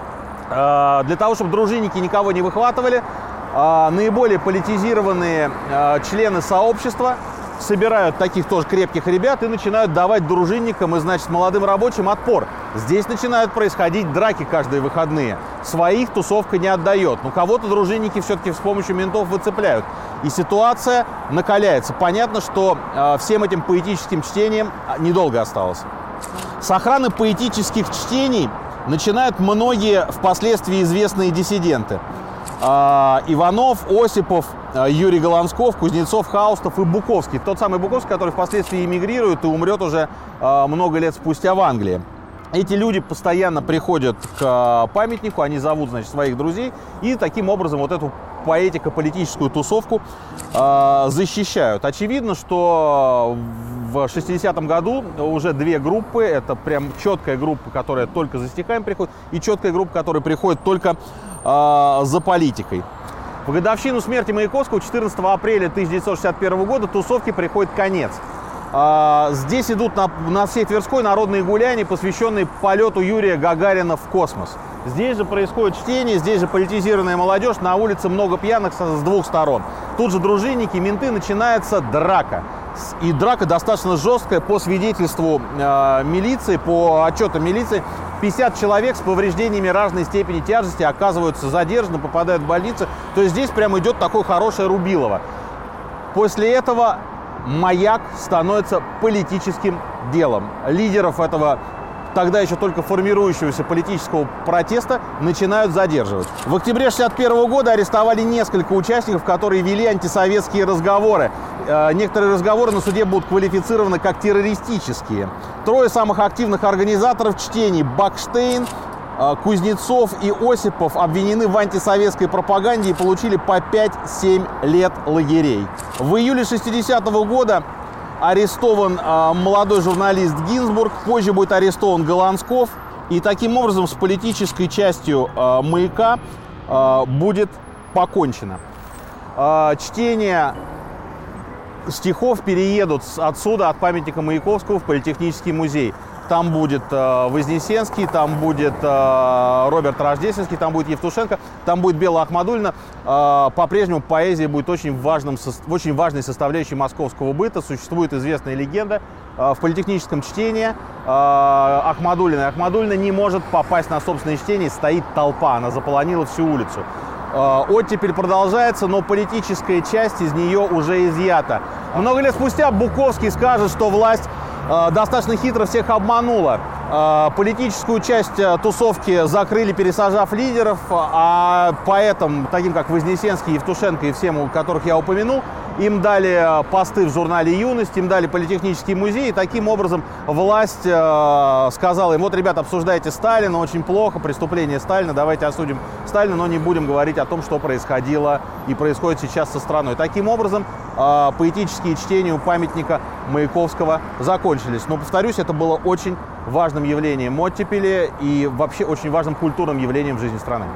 Для того, чтобы дружинники никого не выхватывали, наиболее политизированные члены сообщества собирают таких тоже крепких ребят и начинают давать дружинникам и, значит, молодым рабочим отпор. Здесь начинают происходить драки каждые выходные. Своих тусовка не отдает. Но кого-то дружинники все-таки с помощью ментов выцепляют. И ситуация накаляется. Понятно, что всем этим поэтическим чтением недолго осталось. С охраны поэтических чтений начинают многие впоследствии известные диссиденты. Иванов, Осипов, Юрий Голландсков, Кузнецов, Хаустов и Буковский. Тот самый Буковский, который впоследствии эмигрирует и умрет уже много лет спустя в Англии. Эти люди постоянно приходят к памятнику, они зовут, значит, своих друзей и таким образом вот эту поэтико-политическую тусовку защищают. Очевидно, что в 60-м году уже 2 группы, это прям четкая группа, которая только за стихами приходит, и четкая группа, которая приходит только за политикой. В годовщину смерти Маяковского, 14 апреля 1961 года, тусовке приходит конец. Здесь идут на всей Тверской народные гуляния, посвященные полету Юрия Гагарина в космос. Здесь же происходит чтение, здесь же политизированная молодежь, на улице много пьяных с 2 сторон. Тут же дружинники, менты, начинается драка. И драка достаточно жесткая. По свидетельству милиции, по отчетам милиции, 50 человек с повреждениями разной степени тяжести оказываются задержаны, попадают в больницу. То есть здесь прямо идет такое хорошее рубилово. После этого маяк становится политическим делом. Лидеров этого тогда еще только формирующегося политического протеста начинают задерживать. В октябре 1961 года арестовали несколько участников, которые вели антисоветские разговоры. Некоторые разговоры на суде будут квалифицированы как террористические. 3 самых активных организаторов чтений — Бакштейн, Кузнецов и Осипов обвинены в антисоветской пропаганде и получили по 5-7 лет лагерей. В июле 60-го года арестован молодой журналист Гинзбург, позже будет арестован Голландсков. И таким образом с политической частью «Маяка» будет покончено. Чтение стихов переедут отсюда, от памятника Маяковского, в Политехнический музей. Там будет Вознесенский, там будет Роберт Рождественский, там будет Евтушенко, там будет Белла Ахмадульна. По-прежнему поэзия будет очень важной составляющей московского быта. Существует известная легенда. В политехническом чтении Ахмадульна не может попасть на собственное чтение, стоит толпа, она заполонила всю улицу. Оттепель продолжается, но политическая часть из нее уже изъята. Много лет спустя Буковский скажет, что власть достаточно хитро всех обманула. Политическую часть тусовки закрыли, пересажав лидеров, а поэтам, таким как Вознесенский, Евтушенко и всем, которых я упомянул, им дали посты в журнале «Юность», им дали Политехнический музей, и таким образом власть сказала им: вот, ребята, обсуждайте Сталина, очень плохо, преступление Сталина, давайте осудим Сталина, но не будем говорить о том, что происходило и происходит сейчас со страной. Таким образом, поэтические чтения у памятника Маяковского закончились. Но, повторюсь, это было очень важным явлением оттепели и вообще очень важным культурным явлением в жизни страны.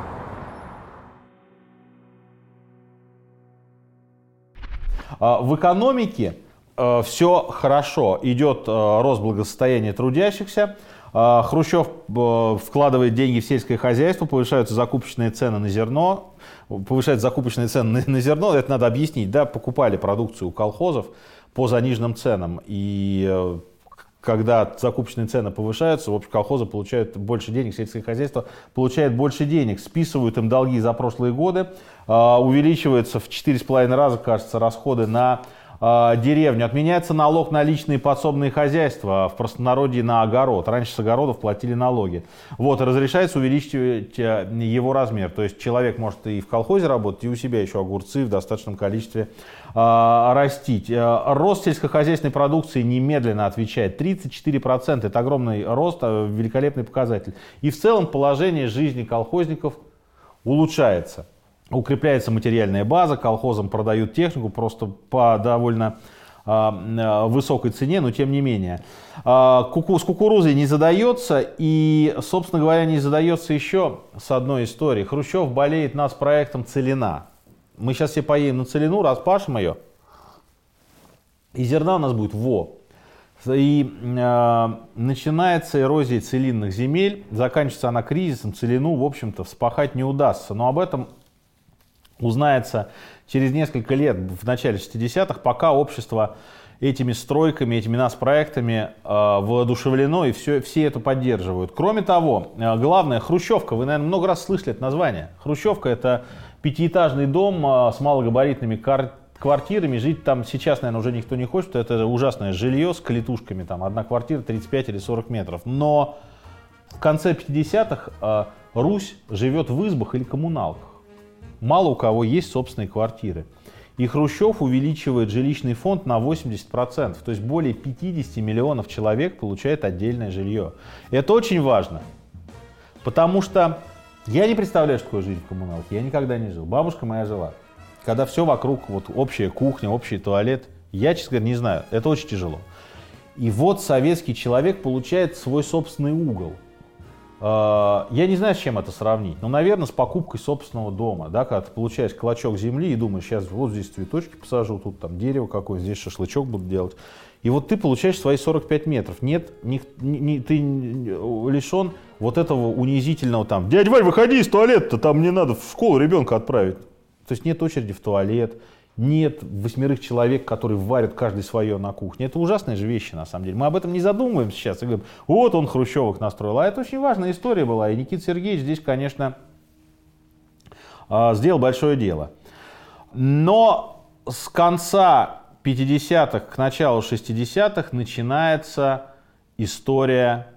В экономике все хорошо, идет рост благосостояния трудящихся. Хрущев вкладывает деньги в сельское хозяйство, повышаются закупочные цены на зерно. Повышаются закупочные цены на зерно, это надо объяснить, да, покупали продукцию у колхозов по заниженным ценам. И когда закупочные цены повышаются, в общем, колхозы получают больше денег, сельское хозяйство получает больше денег, списывают им долги за прошлые годы, увеличиваются в 4,5 раза, кажется, расходы на деревню. Отменяется налог на личные подсобные хозяйства, в простонародье на огород. Раньше с огородов платили налоги. Вот, разрешается увеличивать его размер. То есть человек может и в колхозе работать, и у себя еще огурцы в достаточном количестве растить. Рост сельскохозяйственной продукции немедленно отвечает 34%. Это огромный рост, великолепный показатель. И в целом положение жизни колхозников улучшается. Укрепляется материальная база, колхозам продают технику просто по довольно высокой цене, но тем не менее. С кукурузой не задается, и, собственно говоря, не задается еще с одной историей. Хрущев болеет нас проектом «Целина». Мы сейчас все поедем на Целину, распашем ее, и зерна у нас будет И начинается эрозия целинных земель, заканчивается она кризисом, Целину, в общем-то, вспахать не удастся. Но об этом узнается через несколько лет, в начале 60-х, пока общество этими стройками, этими нацпроектами воодушевлено и все это поддерживают. Кроме того, главное, хрущевка, вы, наверное, много раз слышали это название. Хрущевка — это пятиэтажный дом с малогабаритными квартирами. Жить там сейчас, наверное, уже никто не хочет. Это ужасное жилье с клетушками. Там одна квартира 35 или 40 метров. Но в конце 50-х Русь живет в избах или коммуналках. Мало у кого есть собственные квартиры. И Хрущев увеличивает жилищный фонд на 80%. То есть более 50 миллионов человек получает отдельное жилье. И это очень важно. Потому что я не представляю, что такое жить в коммуналке. Я никогда не жил. Бабушка моя жила. Когда все вокруг, вот общая кухня, общий туалет. Я, честно говоря, не знаю. Это очень тяжело. И вот советский человек получает свой собственный угол. Я не знаю, с чем это сравнить, но, наверное, с покупкой собственного дома, да, когда ты получаешь клочок земли и думаешь: сейчас вот здесь цветочки посажу, тут там дерево какое, здесь шашлычок буду делать. И вот ты получаешь свои 45 метров. Нет, ты лишен вот этого унизительного там: дядя Вань, выходи из туалета, там мне надо в школу ребенка отправить. То есть нет очереди в туалет, нет 8 человек, которые варят каждый свое на кухне. Это ужасные же вещи, на самом деле. Мы об этом не задумываемся сейчас и говорим: вот он хрущевок настроил. А это очень важная история была. И Никита Сергеевич здесь, конечно, сделал большое дело. Но с конца 50-х к началу 60-х начинается история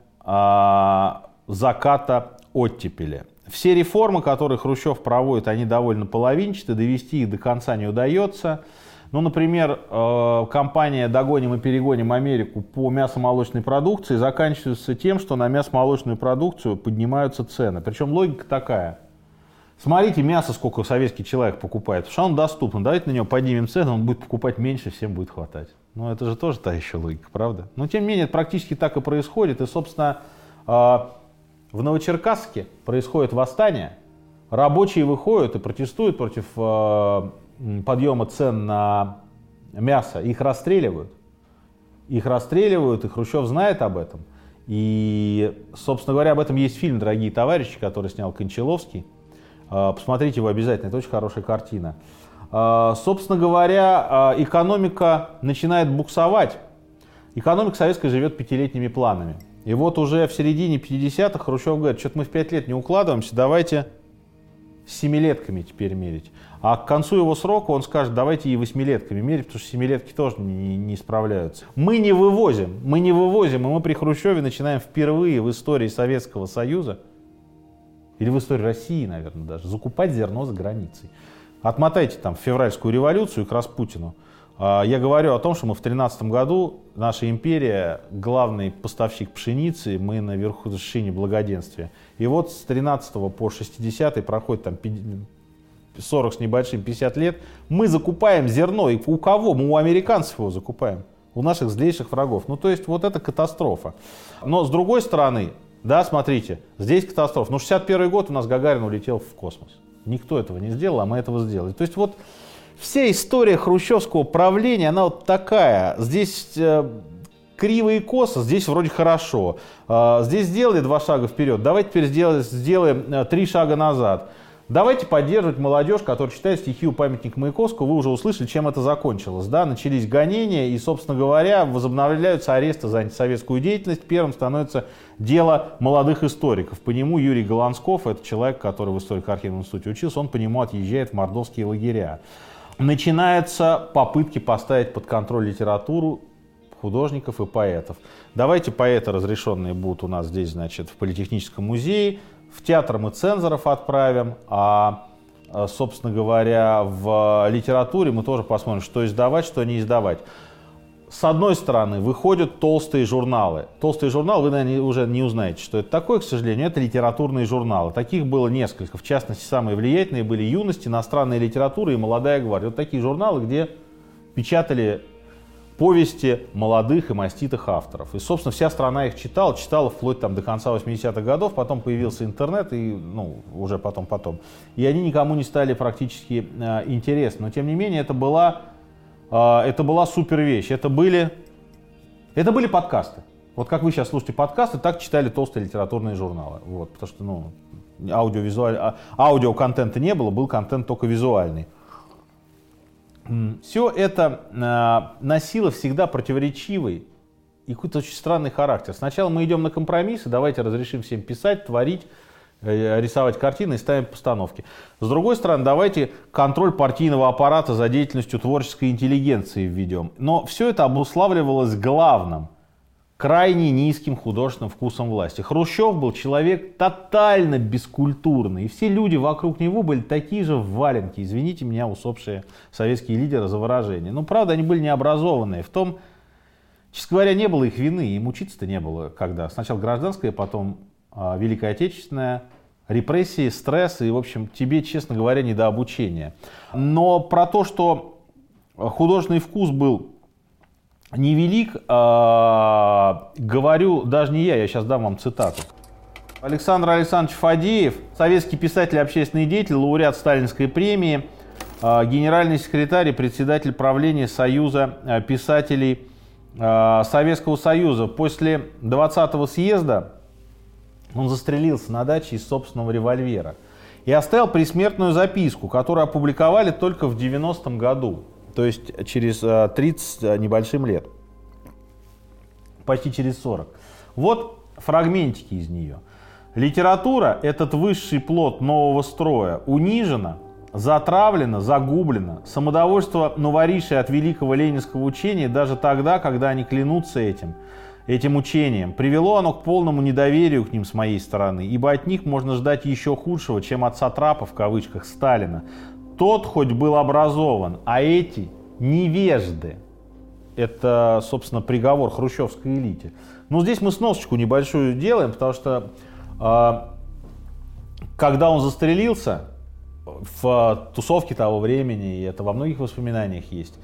заката оттепели. Все реформы, которые Хрущев проводит, они довольно половинчатые, довести их до конца не удается. Ну, например, кампания «Догоним и перегоним Америку» по мясомолочной продукции заканчивается тем, что на мясомолочную продукцию поднимаются цены. Причем логика такая. Смотрите, мясо сколько советский человек покупает, потому что оно доступно. Давайте на него поднимем цену, он будет покупать меньше, всем будет хватать. Ну, это же тоже та еще логика, правда? Но, тем не менее, это практически так и происходит. И, собственно, в Новочеркасске происходит восстание. Рабочие выходят и протестуют против подъема цен на мясо. Их расстреливают. И Хрущев знает об этом. И, собственно говоря, об этом есть фильм «Дорогие товарищи», который снял Кончаловский. Посмотрите его обязательно, это очень хорошая картина. Собственно говоря, экономика начинает буксовать. Экономика советская живет пятилетними планами. И вот уже в середине 50-х Хрущев говорит, что-то мы в 5 лет не укладываемся, давайте с 7-летками теперь мерить. А к концу его срока он скажет, давайте и 8-летками мерить, потому что 7-летки тоже не справляются. Мы не вывозим, и мы при Хрущеве начинаем впервые в истории Советского Союза, или в истории России, наверное, даже, закупать зерно за границей. Отмотайте там февральскую революцию и к Распутину. Я говорю о том, что мы в 13 году, наша империя, главный поставщик пшеницы, мы на вершине благоденствия. И вот с 13 по 60 проходит там 40 с небольшим, 50 лет, мы закупаем зерно. И у кого? Мы у американцев его закупаем. У наших злейших врагов. Ну, то есть, вот это катастрофа. Но, с другой стороны, да, смотрите, здесь катастрофа. Ну, 61 год у нас Гагарин улетел в космос. Никто этого не сделал, а мы этого сделали. То есть, вот вся история хрущевского правления, она вот такая. Здесь криво и косо, здесь вроде хорошо. Здесь сделали 2 шага вперед, давайте теперь сделаем 3 шага назад. Давайте поддерживать молодежь, которая читает стихи у памятника Маяковского. Вы уже услышали, чем это закончилось. Да? Начались гонения и, собственно говоря, возобновляются аресты за антисоветскую деятельность. Первым становится дело молодых историков. По нему Юрий Голландсков, это человек, который в историко-архивном институте учился, он по нему отъезжает в мордовские лагеря. Начинаются попытки поставить под контроль литературу художников и поэтов. Давайте поэты разрешенные будут у нас здесь, значит, в Политехническом музее. В театр мы цензоров отправим, а, собственно говоря, в литературе мы тоже посмотрим, что издавать, что не издавать. С одной стороны, выходят толстые журналы. Толстые журналы, вы, наверное, уже не узнаете, что это такое, к сожалению, это литературные журналы. Таких было несколько. В частности, самые влиятельные были «Юность», «Иностранная литература» и «Молодая гвардия». Вот такие журналы, где печатали повести молодых и маститых авторов. И, собственно, вся страна их читала вплоть там, до конца 80-х годов, потом появился интернет, и, ну, уже потом. И они никому не стали практически интересны. Но, тем не менее, это была супер вещь. Это были подкасты. Вот как вы сейчас слушаете подкасты, так читали толстые литературные журналы. Вот, потому что, ну, аудиоконтента не было, был контент только визуальный. Все это носило всегда противоречивый и какой-то очень странный характер. Сначала мы идем на компромиссы, давайте разрешим всем писать, творить, рисовать картины и ставим постановки. С другой стороны, давайте контроль партийного аппарата за деятельностью творческой интеллигенции введем. Но все это обуславливалось главным – крайне низким художественным вкусом власти. Хрущев был человек тотально бескультурный, и все люди вокруг него были такие же валенки, извините меня, усопшие советские лидеры за выражение. Но, правда, они были необразованные. В том, честно говоря, не было их вины, им учиться-то не было когда. Сначала гражданская, потом Великая Отечественная, репрессии, стресс, и, в общем, тебе, честно говоря, не до обучения. Но про то, что художественный вкус был невелик, говорю даже не я сейчас дам вам цитату. Александр Александрович Фадеев, советский писатель и общественный деятель, лауреат Сталинской премии, генеральный секретарь и председатель правления Союза писателей Советского Союза. После 20-го съезда он застрелился на даче из собственного револьвера и оставил предсмертную записку, которую опубликовали только в 90-м году. То есть через 30 небольшим лет, почти через 40. Вот фрагментики из нее. Литература, этот высший плод нового строя, унижена, затравлена, загублена. Самодовольство новоришей от великого ленинского учения даже тогда, когда они клянутся этим учением. Привело оно к полному недоверию к ним с моей стороны, ибо от них можно ждать еще худшего, чем от сатрапа, в кавычках, Сталина. Тот хоть был образован, а эти невежды. Это, собственно, приговор хрущевской элите. Но здесь мы сносочку небольшую делаем, потому что когда он застрелился, в тусовке того времени, и это во многих воспоминаниях есть,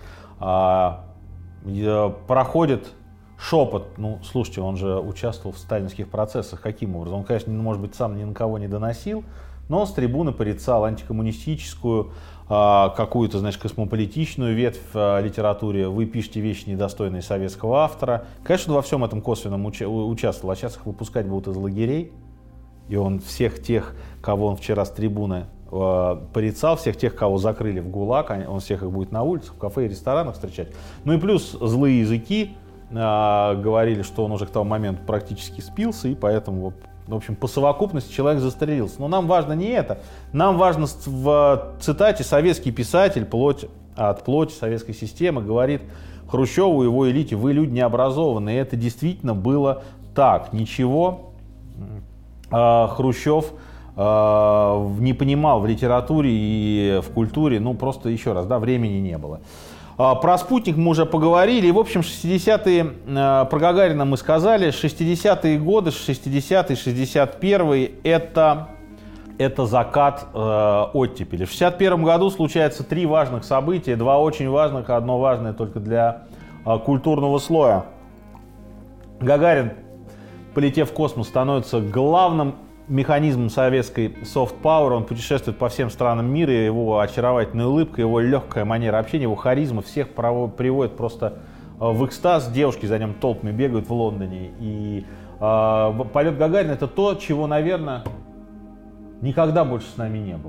проходит шепот. Ну, слушайте, он же участвовал в сталинских процессах. Каким образом? Он, конечно, может быть, сам ни на кого не доносил, но он с трибуны порицал антикоммунистическую, какую-то, значит, космополитичную ветвь в литературе. Вы пишете вещи, недостойные советского автора. Конечно, он во всем этом косвенном участвовал, а сейчас их выпускать будут из лагерей. И он всех тех, кого он вчера с трибуны порицал, всех тех, кого закрыли в ГУЛАГ, он всех их будет на улицах, в кафе и ресторанах встречать. Ну и плюс злые языки говорили, что он уже к тому моменту практически спился, и поэтому, в общем, по совокупности человек застрелился. Но нам важно не это. Нам важно в цитате советский писатель, плоть от плоти советской системы, говорит Хрущеву и его элите: вы люди необразованные. И это действительно было так. Ничего Хрущев не понимал в литературе и в культуре, ну просто еще раз, да, времени не было. Про спутник мы уже поговорили, и в общем 60-е, про Гагарина мы сказали, 60-е годы, 60-й, 61-й, это закат оттепели. В 61 году случается 3 важных события, 2 очень важных, а одно важное только для культурного слоя. Гагарин, полетев в космос, становится главным механизмом советской soft power. Он путешествует по всем странам мира, его очаровательная улыбка, его легкая манера общения, его харизма всех приводит просто в экстаз. Девушки за ним толпами бегают в Лондоне. И полет Гагарина — это то, чего, наверное, никогда больше с нами не было.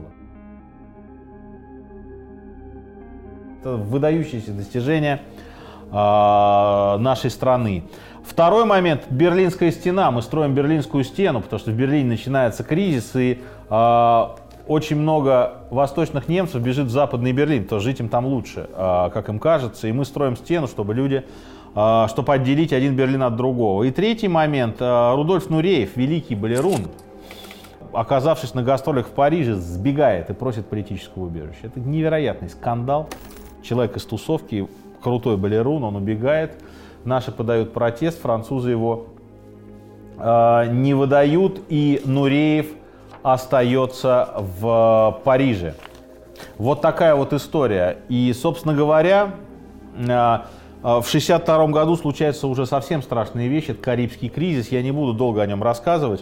Это выдающееся достижение нашей страны. Второй момент – Берлинская стена. Мы строим Берлинскую стену, потому что в Берлине начинается кризис, и очень много восточных немцев бежит в Западный Берлин, потому что жить им там лучше, как им кажется. И мы строим стену, чтобы люди, чтобы отделить один Берлин от другого. И третий момент – Рудольф Нуреев, великий балерун, оказавшись на гастролях в Париже, сбегает и просит политического убежища. Это невероятный скандал. Человек из тусовки, крутой балерун, он убегает. Наши подают протест, французы его не выдают, и Нуреев остается в Париже. Вот такая вот история. И, собственно говоря, в 1962 году случаются уже совсем страшные вещи. Это Карибский кризис. Я не буду долго о нем рассказывать.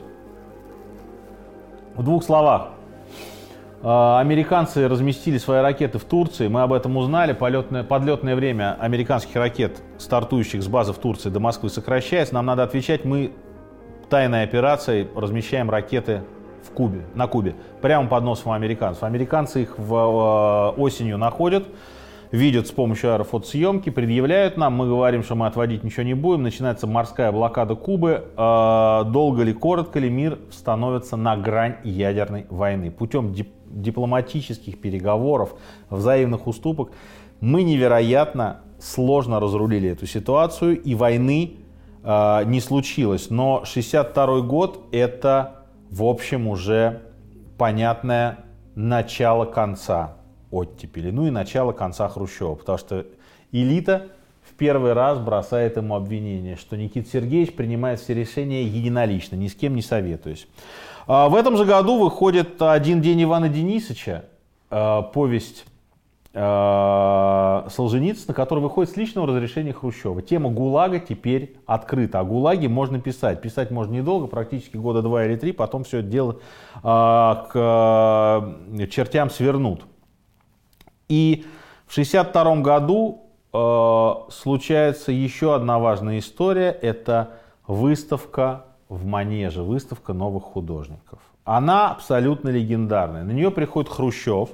В 2 словах. Американцы разместили свои ракеты в Турции, мы об этом узнали. Подлетное время американских ракет, стартующих с базы в Турции, до Москвы сокращается. Нам надо отвечать, мы тайной операцией размещаем ракеты на Кубе, прямо под носом американцев. Американцы их осенью находят, видят с помощью аэрофотосъемки, предъявляют нам, мы говорим, что мы отводить ничего не будем, начинается морская блокада Кубы. Долго ли, коротко ли, мир становится на грань ядерной войны. Путем дипломатических переговоров, взаимных уступок мы невероятно сложно разрулили эту ситуацию, и войны не случилось. Но 1962 год — это, в общем, уже понятное начало конца оттепели, ну и начало конца Хрущева, потому что элита в первый раз бросает ему обвинение, что Никита Сергеевич принимает все решения единолично, ни с кем не советуясь. В этом же году выходит «Один день Ивана Денисовича», повесть Солженицына, который выходит с личного разрешения Хрущева. Тема ГУЛАГа теперь открыта. О ГУЛАГе можно писать. Писать можно недолго, практически года 2 или 3, потом все это дело к чертям свернут. И в 1962 году случается еще одна важная история. Это выставка в Манеже, выставка новых художников. Она абсолютно легендарная. На нее приходит Хрущев.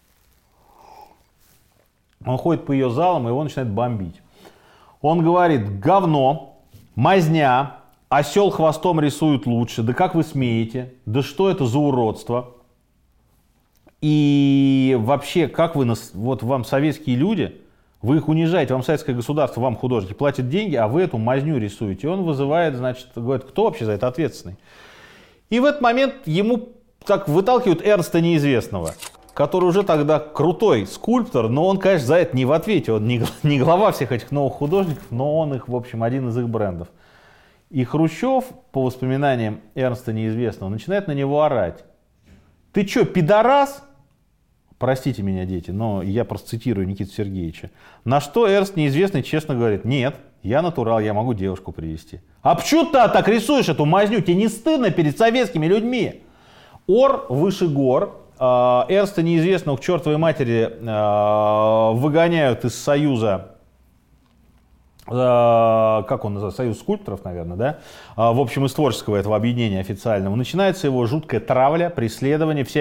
Он ходит по ее залам, и его начинает бомбить. Он говорит: говно, мазня, осел хвостом рисует лучше, да как вы смеете, да что это за уродство. И вообще, как вы, вот вам советские люди, вы их унижаете, вам советское государство, вам художники платят деньги, а вы эту мазню рисуете. И он вызывает, значит, говорит, кто вообще за это ответственный. И в этот момент ему так выталкивают Эрнста Неизвестного, который уже тогда крутой скульптор, но он, конечно, за это не в ответе. Он не глава всех этих новых художников, но он их, в общем, один из их брендов. И Хрущев, по воспоминаниям Эрнста Неизвестного, начинает на него орать. Ты чё, пидорас? Простите меня, дети, но я просто цитирую Никиту Сергеевича. На что Эрнст Неизвестный честно говорит: нет, я натурал, я могу девушку привести. А почему ты так рисуешь эту мазню? Тебе не стыдно перед советскими людьми? Ор выше гор. Эрнста Неизвестного к чертовой матери выгоняют из Союза, как он называется, Союз скульпторов, наверное, да? В общем, из творческого этого объединения официального. Начинается его жуткая травля, преследование, вся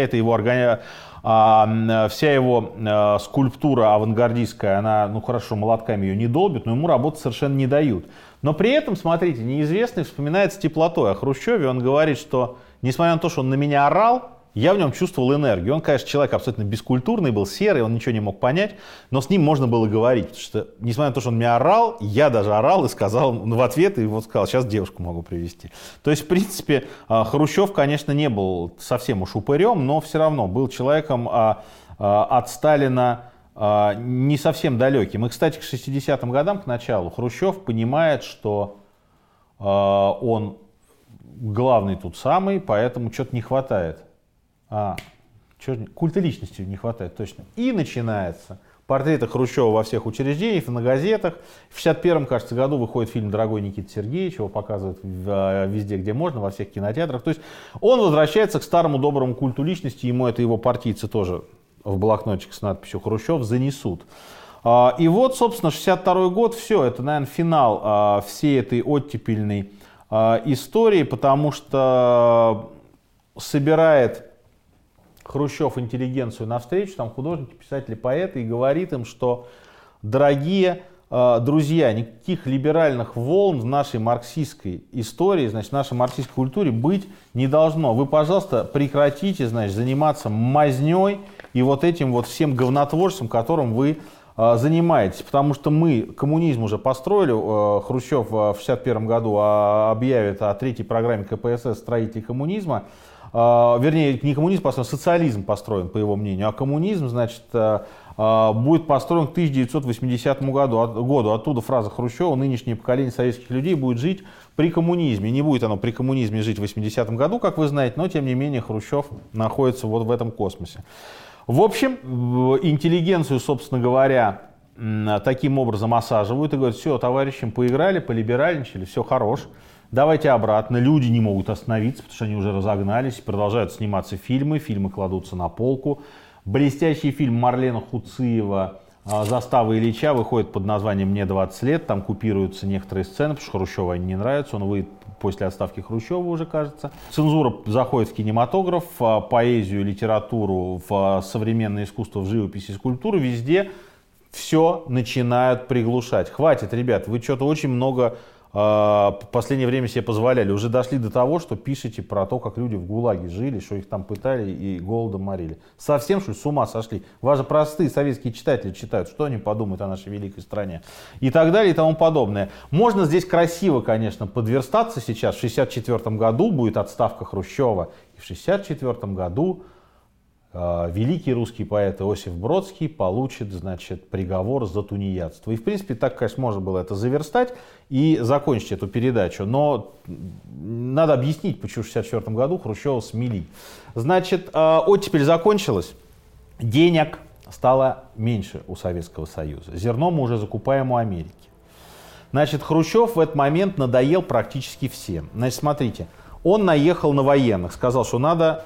его скульптура авангардистская, она, ну хорошо, молотками ее не долбит, но ему работы совершенно не дают. Но при этом, смотрите, Неизвестный вспоминает с теплотой о Хрущеве, он говорит, что, несмотря на то, что он на меня орал, я в нем чувствовал энергию. Он, конечно, человек абсолютно бескультурный, был серый, он ничего не мог понять, но с ним можно было говорить, потому что, несмотря на то, что он меня орал, я даже орал и сказал в ответ, и вот сказал: сейчас девушку могу привести. То есть, в принципе, Хрущев, конечно, не был совсем уж упырем, но все равно был человеком от Сталина не совсем далеким. И, кстати, к 60-м годам, к началу, Хрущев понимает, что он главный тут самый, поэтому что-то не хватает. Культа личности не хватает, точно. И начинается. Портреты Хрущева во всех учреждениях, на газетах. В 61-м, кажется, году выходит фильм «Дорогой Никита Сергеевич», его показывают везде, где можно, во всех кинотеатрах. То есть он возвращается к старому доброму культу личности, ему это его партийцы тоже в блокнотик с надписью «Хрущев» занесут. И вот, собственно, 62-й год, все, это, наверное, финал всей этой оттепельной истории, потому что собирает Хрущев интеллигенцию навстречу, там художники, писатели, поэты, и говорит им, что, дорогие друзья, никаких либеральных волн в нашей марксистской истории, значит, в нашей марксистской культуре быть не должно. Вы, пожалуйста, прекратите, значит, заниматься мазней и вот этим вот всем говнотворством, которым вы занимаетесь. Потому что мы коммунизм уже построили. Хрущев в 61 году объявит о третьей программе КПСС «Строителей коммунизма». Вернее, не коммунизм построен, социализм построен, по его мнению, а коммунизм, значит, будет построен к 1980 году. Оттуда фраза Хрущева: нынешнее поколение советских людей будет жить при коммунизме. Не будет оно при коммунизме жить в 80-м году, как вы знаете, но, тем не менее, Хрущев находится вот в этом космосе. В общем, интеллигенцию, собственно говоря, таким образом осаживают и говорят: все, товарищи, поиграли, полиберальничали, все хорош. Давайте обратно. Люди не могут остановиться, потому что они уже разогнались. Продолжают сниматься фильмы. Фильмы кладутся на полку. Блестящий фильм Марлена Хуциева «Застава Ильича» выходит под названием «Мне 20 лет». Там купируются некоторые сцены, потому что Хрущеву они не нравятся. Он выйдет после отставки Хрущева уже, кажется. Цензура заходит в кинематограф, в поэзию, литературу, в современное искусство, в живопись и скульптуру. Везде все начинают приглушать. Хватит, ребят, вы что-то очень много в последнее время себе позволяли. Уже дошли до того, что пишете про то, как люди в ГУЛАГе жили, что их там пытали и голодом морили. Совсем, что ли, с ума сошли? Вас же простые советские читатели читают, что они подумают о нашей великой стране. И так далее, и тому подобное. Можно здесь красиво, конечно, подверстаться сейчас. В 1964 году будет отставка Хрущева. И в 1964 году великий русский поэт Иосиф Бродский получит, значит, приговор за тунеядство. И, в принципе, так, конечно, можно было это заверстать и закончить эту передачу. Но надо объяснить, почему в 1964 году Хрущева смели. Значит, оттепель закончилась, денег стало меньше у Советского Союза. Зерно мы уже закупаем у Америки. Значит, Хрущев в этот момент надоел практически всем. Значит, смотрите, он наехал на военных, сказал, что надо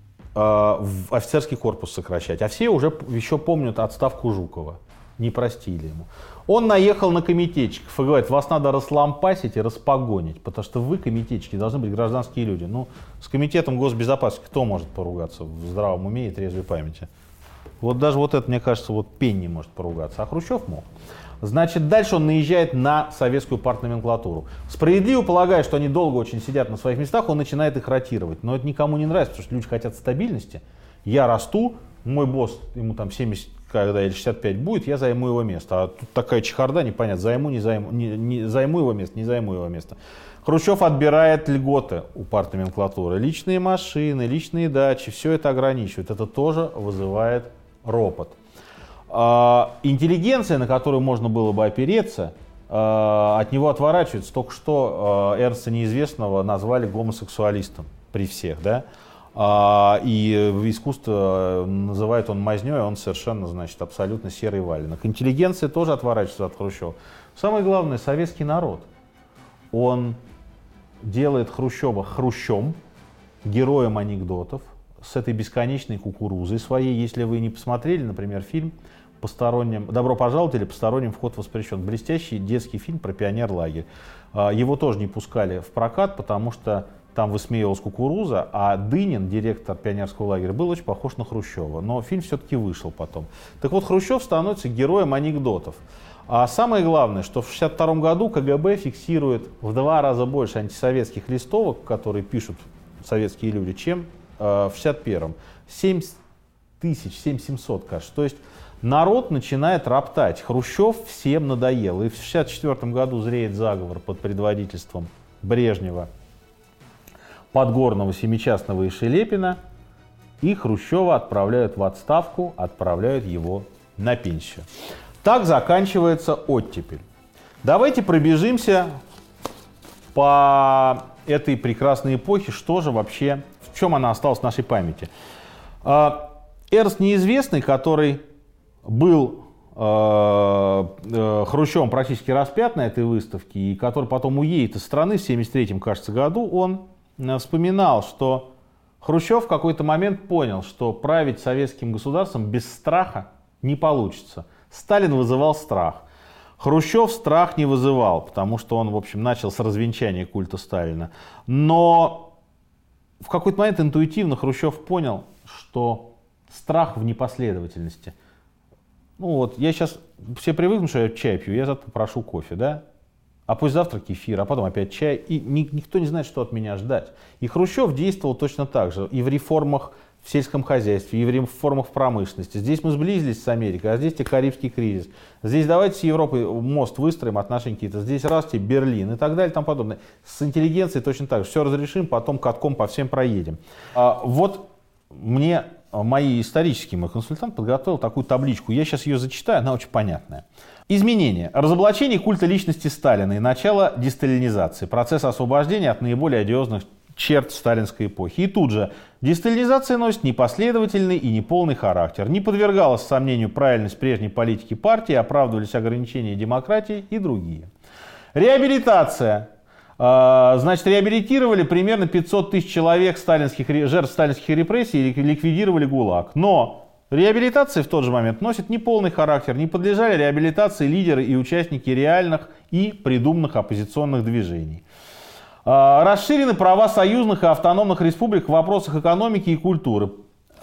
в офицерский корпус сокращать. А все уже еще помнят отставку Жукова. Не простили ему. Он наехал на комитетчиков и говорит: вас надо раслампасить и распогонить, потому что вы, комитетчики, должны быть гражданские люди. Ну, с комитетом госбезопасности кто может поругаться в здравом уме и трезвой памяти? Вот даже вот это, мне кажется, вот пень не может поругаться, а Хрущев мог. Значит, дальше он наезжает на советскую партноменклатуру. Справедливо полагая, что они долго очень сидят на своих местах, он начинает их ротировать. Но это никому не нравится, потому что люди хотят стабильности. Я расту, мой босс, ему там 70, когда или 65 будет, я займу его место. А тут такая чехарда, непонятно, займу, не займу, не займу его место, не займу его место. Хрущев отбирает льготы у партноменклатуры. Личные машины, личные дачи, все это ограничивает. Это тоже вызывает ропот. Интеллигенция, на которую можно было бы опереться, от него отворачивается. Только что Эрнста Неизвестного назвали гомосексуалистом при всех, да? И искусство называет он мазнёй, он совершенно, значит, абсолютно серый валенок. Интеллигенция тоже отворачивается от Хрущева. Самое главное, советский народ, он делает Хрущева хрущом, героем анекдотов, с этой бесконечной кукурузой своей. Если вы не посмотрели, например, фильм «Посторонним «Добро пожаловать» или «Посторонним вход воспрещен», блестящий детский фильм про пионерлагерь. Его тоже не пускали в прокат, потому что там высмеивалась кукуруза, а Дынин, директор пионерского лагеря, был очень похож на Хрущева. Но фильм все-таки вышел потом. Так вот, Хрущев становится героем анекдотов. А самое главное, что в 1962 году КГБ фиксирует в 2 раза больше антисоветских листовок, которые пишут советские люди, чем в 1961. 7700, кажется. То есть народ начинает роптать. Хрущев всем надоел. И в 1964 году зреет заговор под предводительством Брежнева, Подгорного, Семичастного и Шелепина. И Хрущева отправляют в отставку, отправляют его на пенсию. Так заканчивается оттепель. Давайте пробежимся по этой прекрасной эпохе, что же вообще, в чем она осталась в нашей памяти. Эрнст Неизвестный, который был Хрущевым практически распят на этой выставке, и который потом уедет из страны в 1973, кажется, году, он вспоминал, что Хрущев в какой-то момент понял, что править советским государством без страха не получится. Сталин вызывал страх. Хрущев страх не вызывал, потому что он, в общем, начал с развенчания культа Сталина. Но в какой-то момент интуитивно Хрущев понял, что страх в непоследовательности. Ну вот, я сейчас, все привыкнут, что я чай пью, я завтра попрошу кофе, да? А пусть завтра кефир, а потом опять чай. И никто не знает, что от меня ждать. И Хрущев действовал точно так же. И в реформах в сельском хозяйстве, и в реформах в промышленности. Здесь мы сблизились с Америкой, а здесь тебе Карибский кризис. Здесь давайте с Европой мост выстроим, отношения какие-то. Здесь раз тебе Берлин и так далее и тому подобное. С интеллигенцией точно так же. Все разрешим, потом катком по всем проедем. Вот мне мой консультант подготовил такую табличку. Я сейчас ее зачитаю, она очень понятная. Изменения. Разоблачение культа личности Сталина и начало десталинизации. Процесс освобождения от наиболее одиозных черт сталинской эпохи. И тут же десталинизация носит непоследовательный и неполный характер. Не подвергалась сомнению правильность прежней политики партии, оправдывались ограничения демократии и другие. Реабилитация. Значит, реабилитировали примерно 500 тысяч человек жертв сталинских репрессий и ликвидировали ГУЛАГ. Но реабилитация в тот же момент носит неполный характер. Не подлежали реабилитации лидеры и участники реальных и придуманных оппозиционных движений. Расширены права союзных и автономных республик в вопросах экономики и культуры.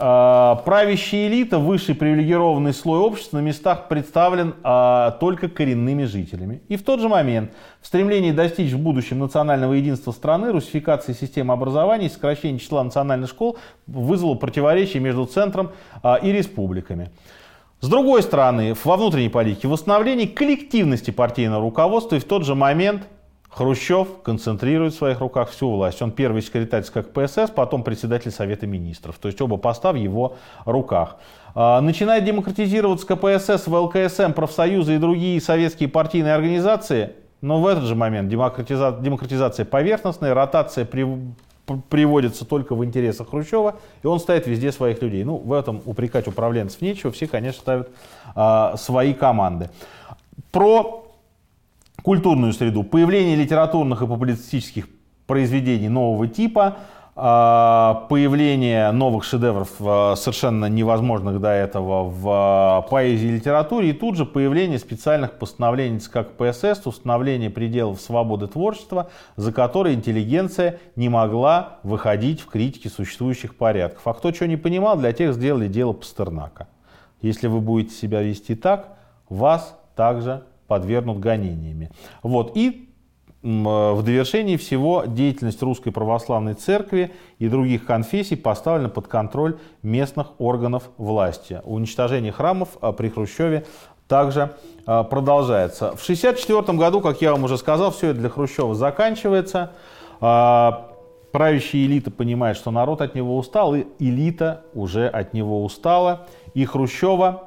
Правящая элита, высший привилегированный слой общества на местах представлен только коренными жителями. И в тот же момент в стремлении достичь в будущем национального единства страны, русификации системы образования и сокращения числа национальных школ вызвало противоречие между центром и республиками. С другой стороны, во внутренней политике восстановление коллективности партийного руководства, и в тот же момент Хрущев концентрирует в своих руках всю власть. Он первый секретарь ЦК КПСС, потом председатель Совета Министров. То есть оба поста в его руках. Начинает демократизироваться КПСС, ВЛКСМ, профсоюзы и другие советские партийные организации. Но в этот же момент демократизация поверхностная, ротация приводится только в интересах Хрущева, и он ставит везде своих людей. Ну, в этом упрекать управленцев нечего, все, конечно, ставят свои команды. Про культурную среду. Появление литературных и публицистических произведений нового типа, появление новых шедевров, совершенно невозможных до этого в поэзии и литературе, и тут же появление специальных постановлений ЦК КПСС, установление пределов свободы творчества, за которые интеллигенция не могла выходить в критике существующих порядков. А кто что не понимал, для тех сделали дело Пастернака. Если вы будете себя вести так, вас также подвергнут гонениями. Вот. И В довершении всего деятельность Русской Православной Церкви и других конфессий поставлена под контроль местных органов власти. Уничтожение храмов при Хрущеве также продолжается. В 1964 году, как я вам уже сказал, все это для Хрущева заканчивается. Правящая элита понимает, что народ от него устал, и элита уже от него устала. И Хрущева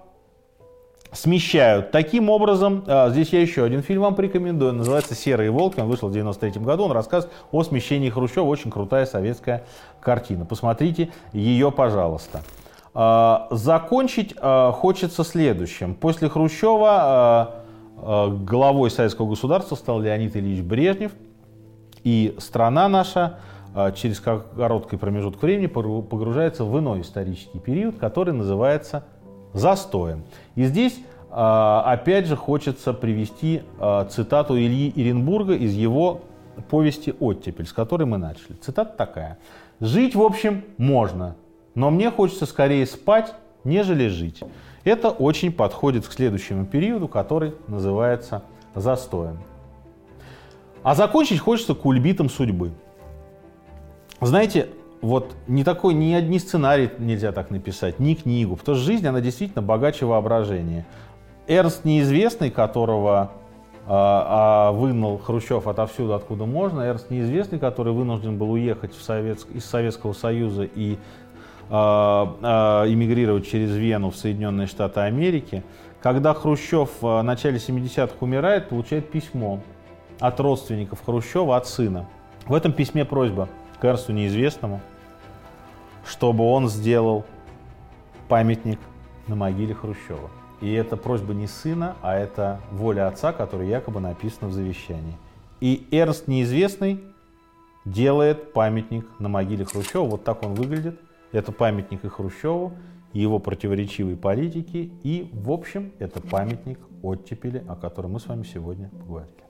смещают. Таким образом, здесь я еще один фильм вам порекомендую, называется «Серые волки», он вышел в 1993 году, он рассказывает о смещении Хрущева, очень крутая советская картина. Посмотрите ее, пожалуйста. Закончить хочется следующим. После Хрущева главой советского государства стал Леонид Ильич Брежнев, и страна наша через короткий промежуток времени погружается в иной исторический период, который называется застоем. И здесь, опять же, хочется привести цитату Ильи Эренбурга из его повести «Оттепель», с которой мы начали. Цитата такая. «Жить, в общем, можно, но мне хочется скорее спать, нежели жить». Это очень подходит к следующему периоду, который называется застоем. А закончить хочется кульбитом судьбы. Знаете, вот ни один сценарий нельзя так написать, ни книгу, потому что жизнь, она действительно богаче воображения. Эрнст Неизвестный, которого выгнал Хрущев отовсюду, откуда можно, Эрнст Неизвестный, который вынужден был уехать из Советского Союза и эмигрировать через Вену в Соединенные Штаты Америки, когда Хрущев в начале 70-х умирает, получает письмо от родственников Хрущева, от сына. В этом письме просьба к Эрнсту Неизвестному, чтобы он сделал памятник на могиле Хрущева. И это просьба не сына, а это воля отца, которая якобы написана в завещании. И Эрнст Неизвестный делает памятник на могиле Хрущева. Вот так он выглядит. Это памятник и Хрущеву, и его противоречивой политике. И, в общем, это памятник оттепели, о котором мы с вами сегодня поговорили.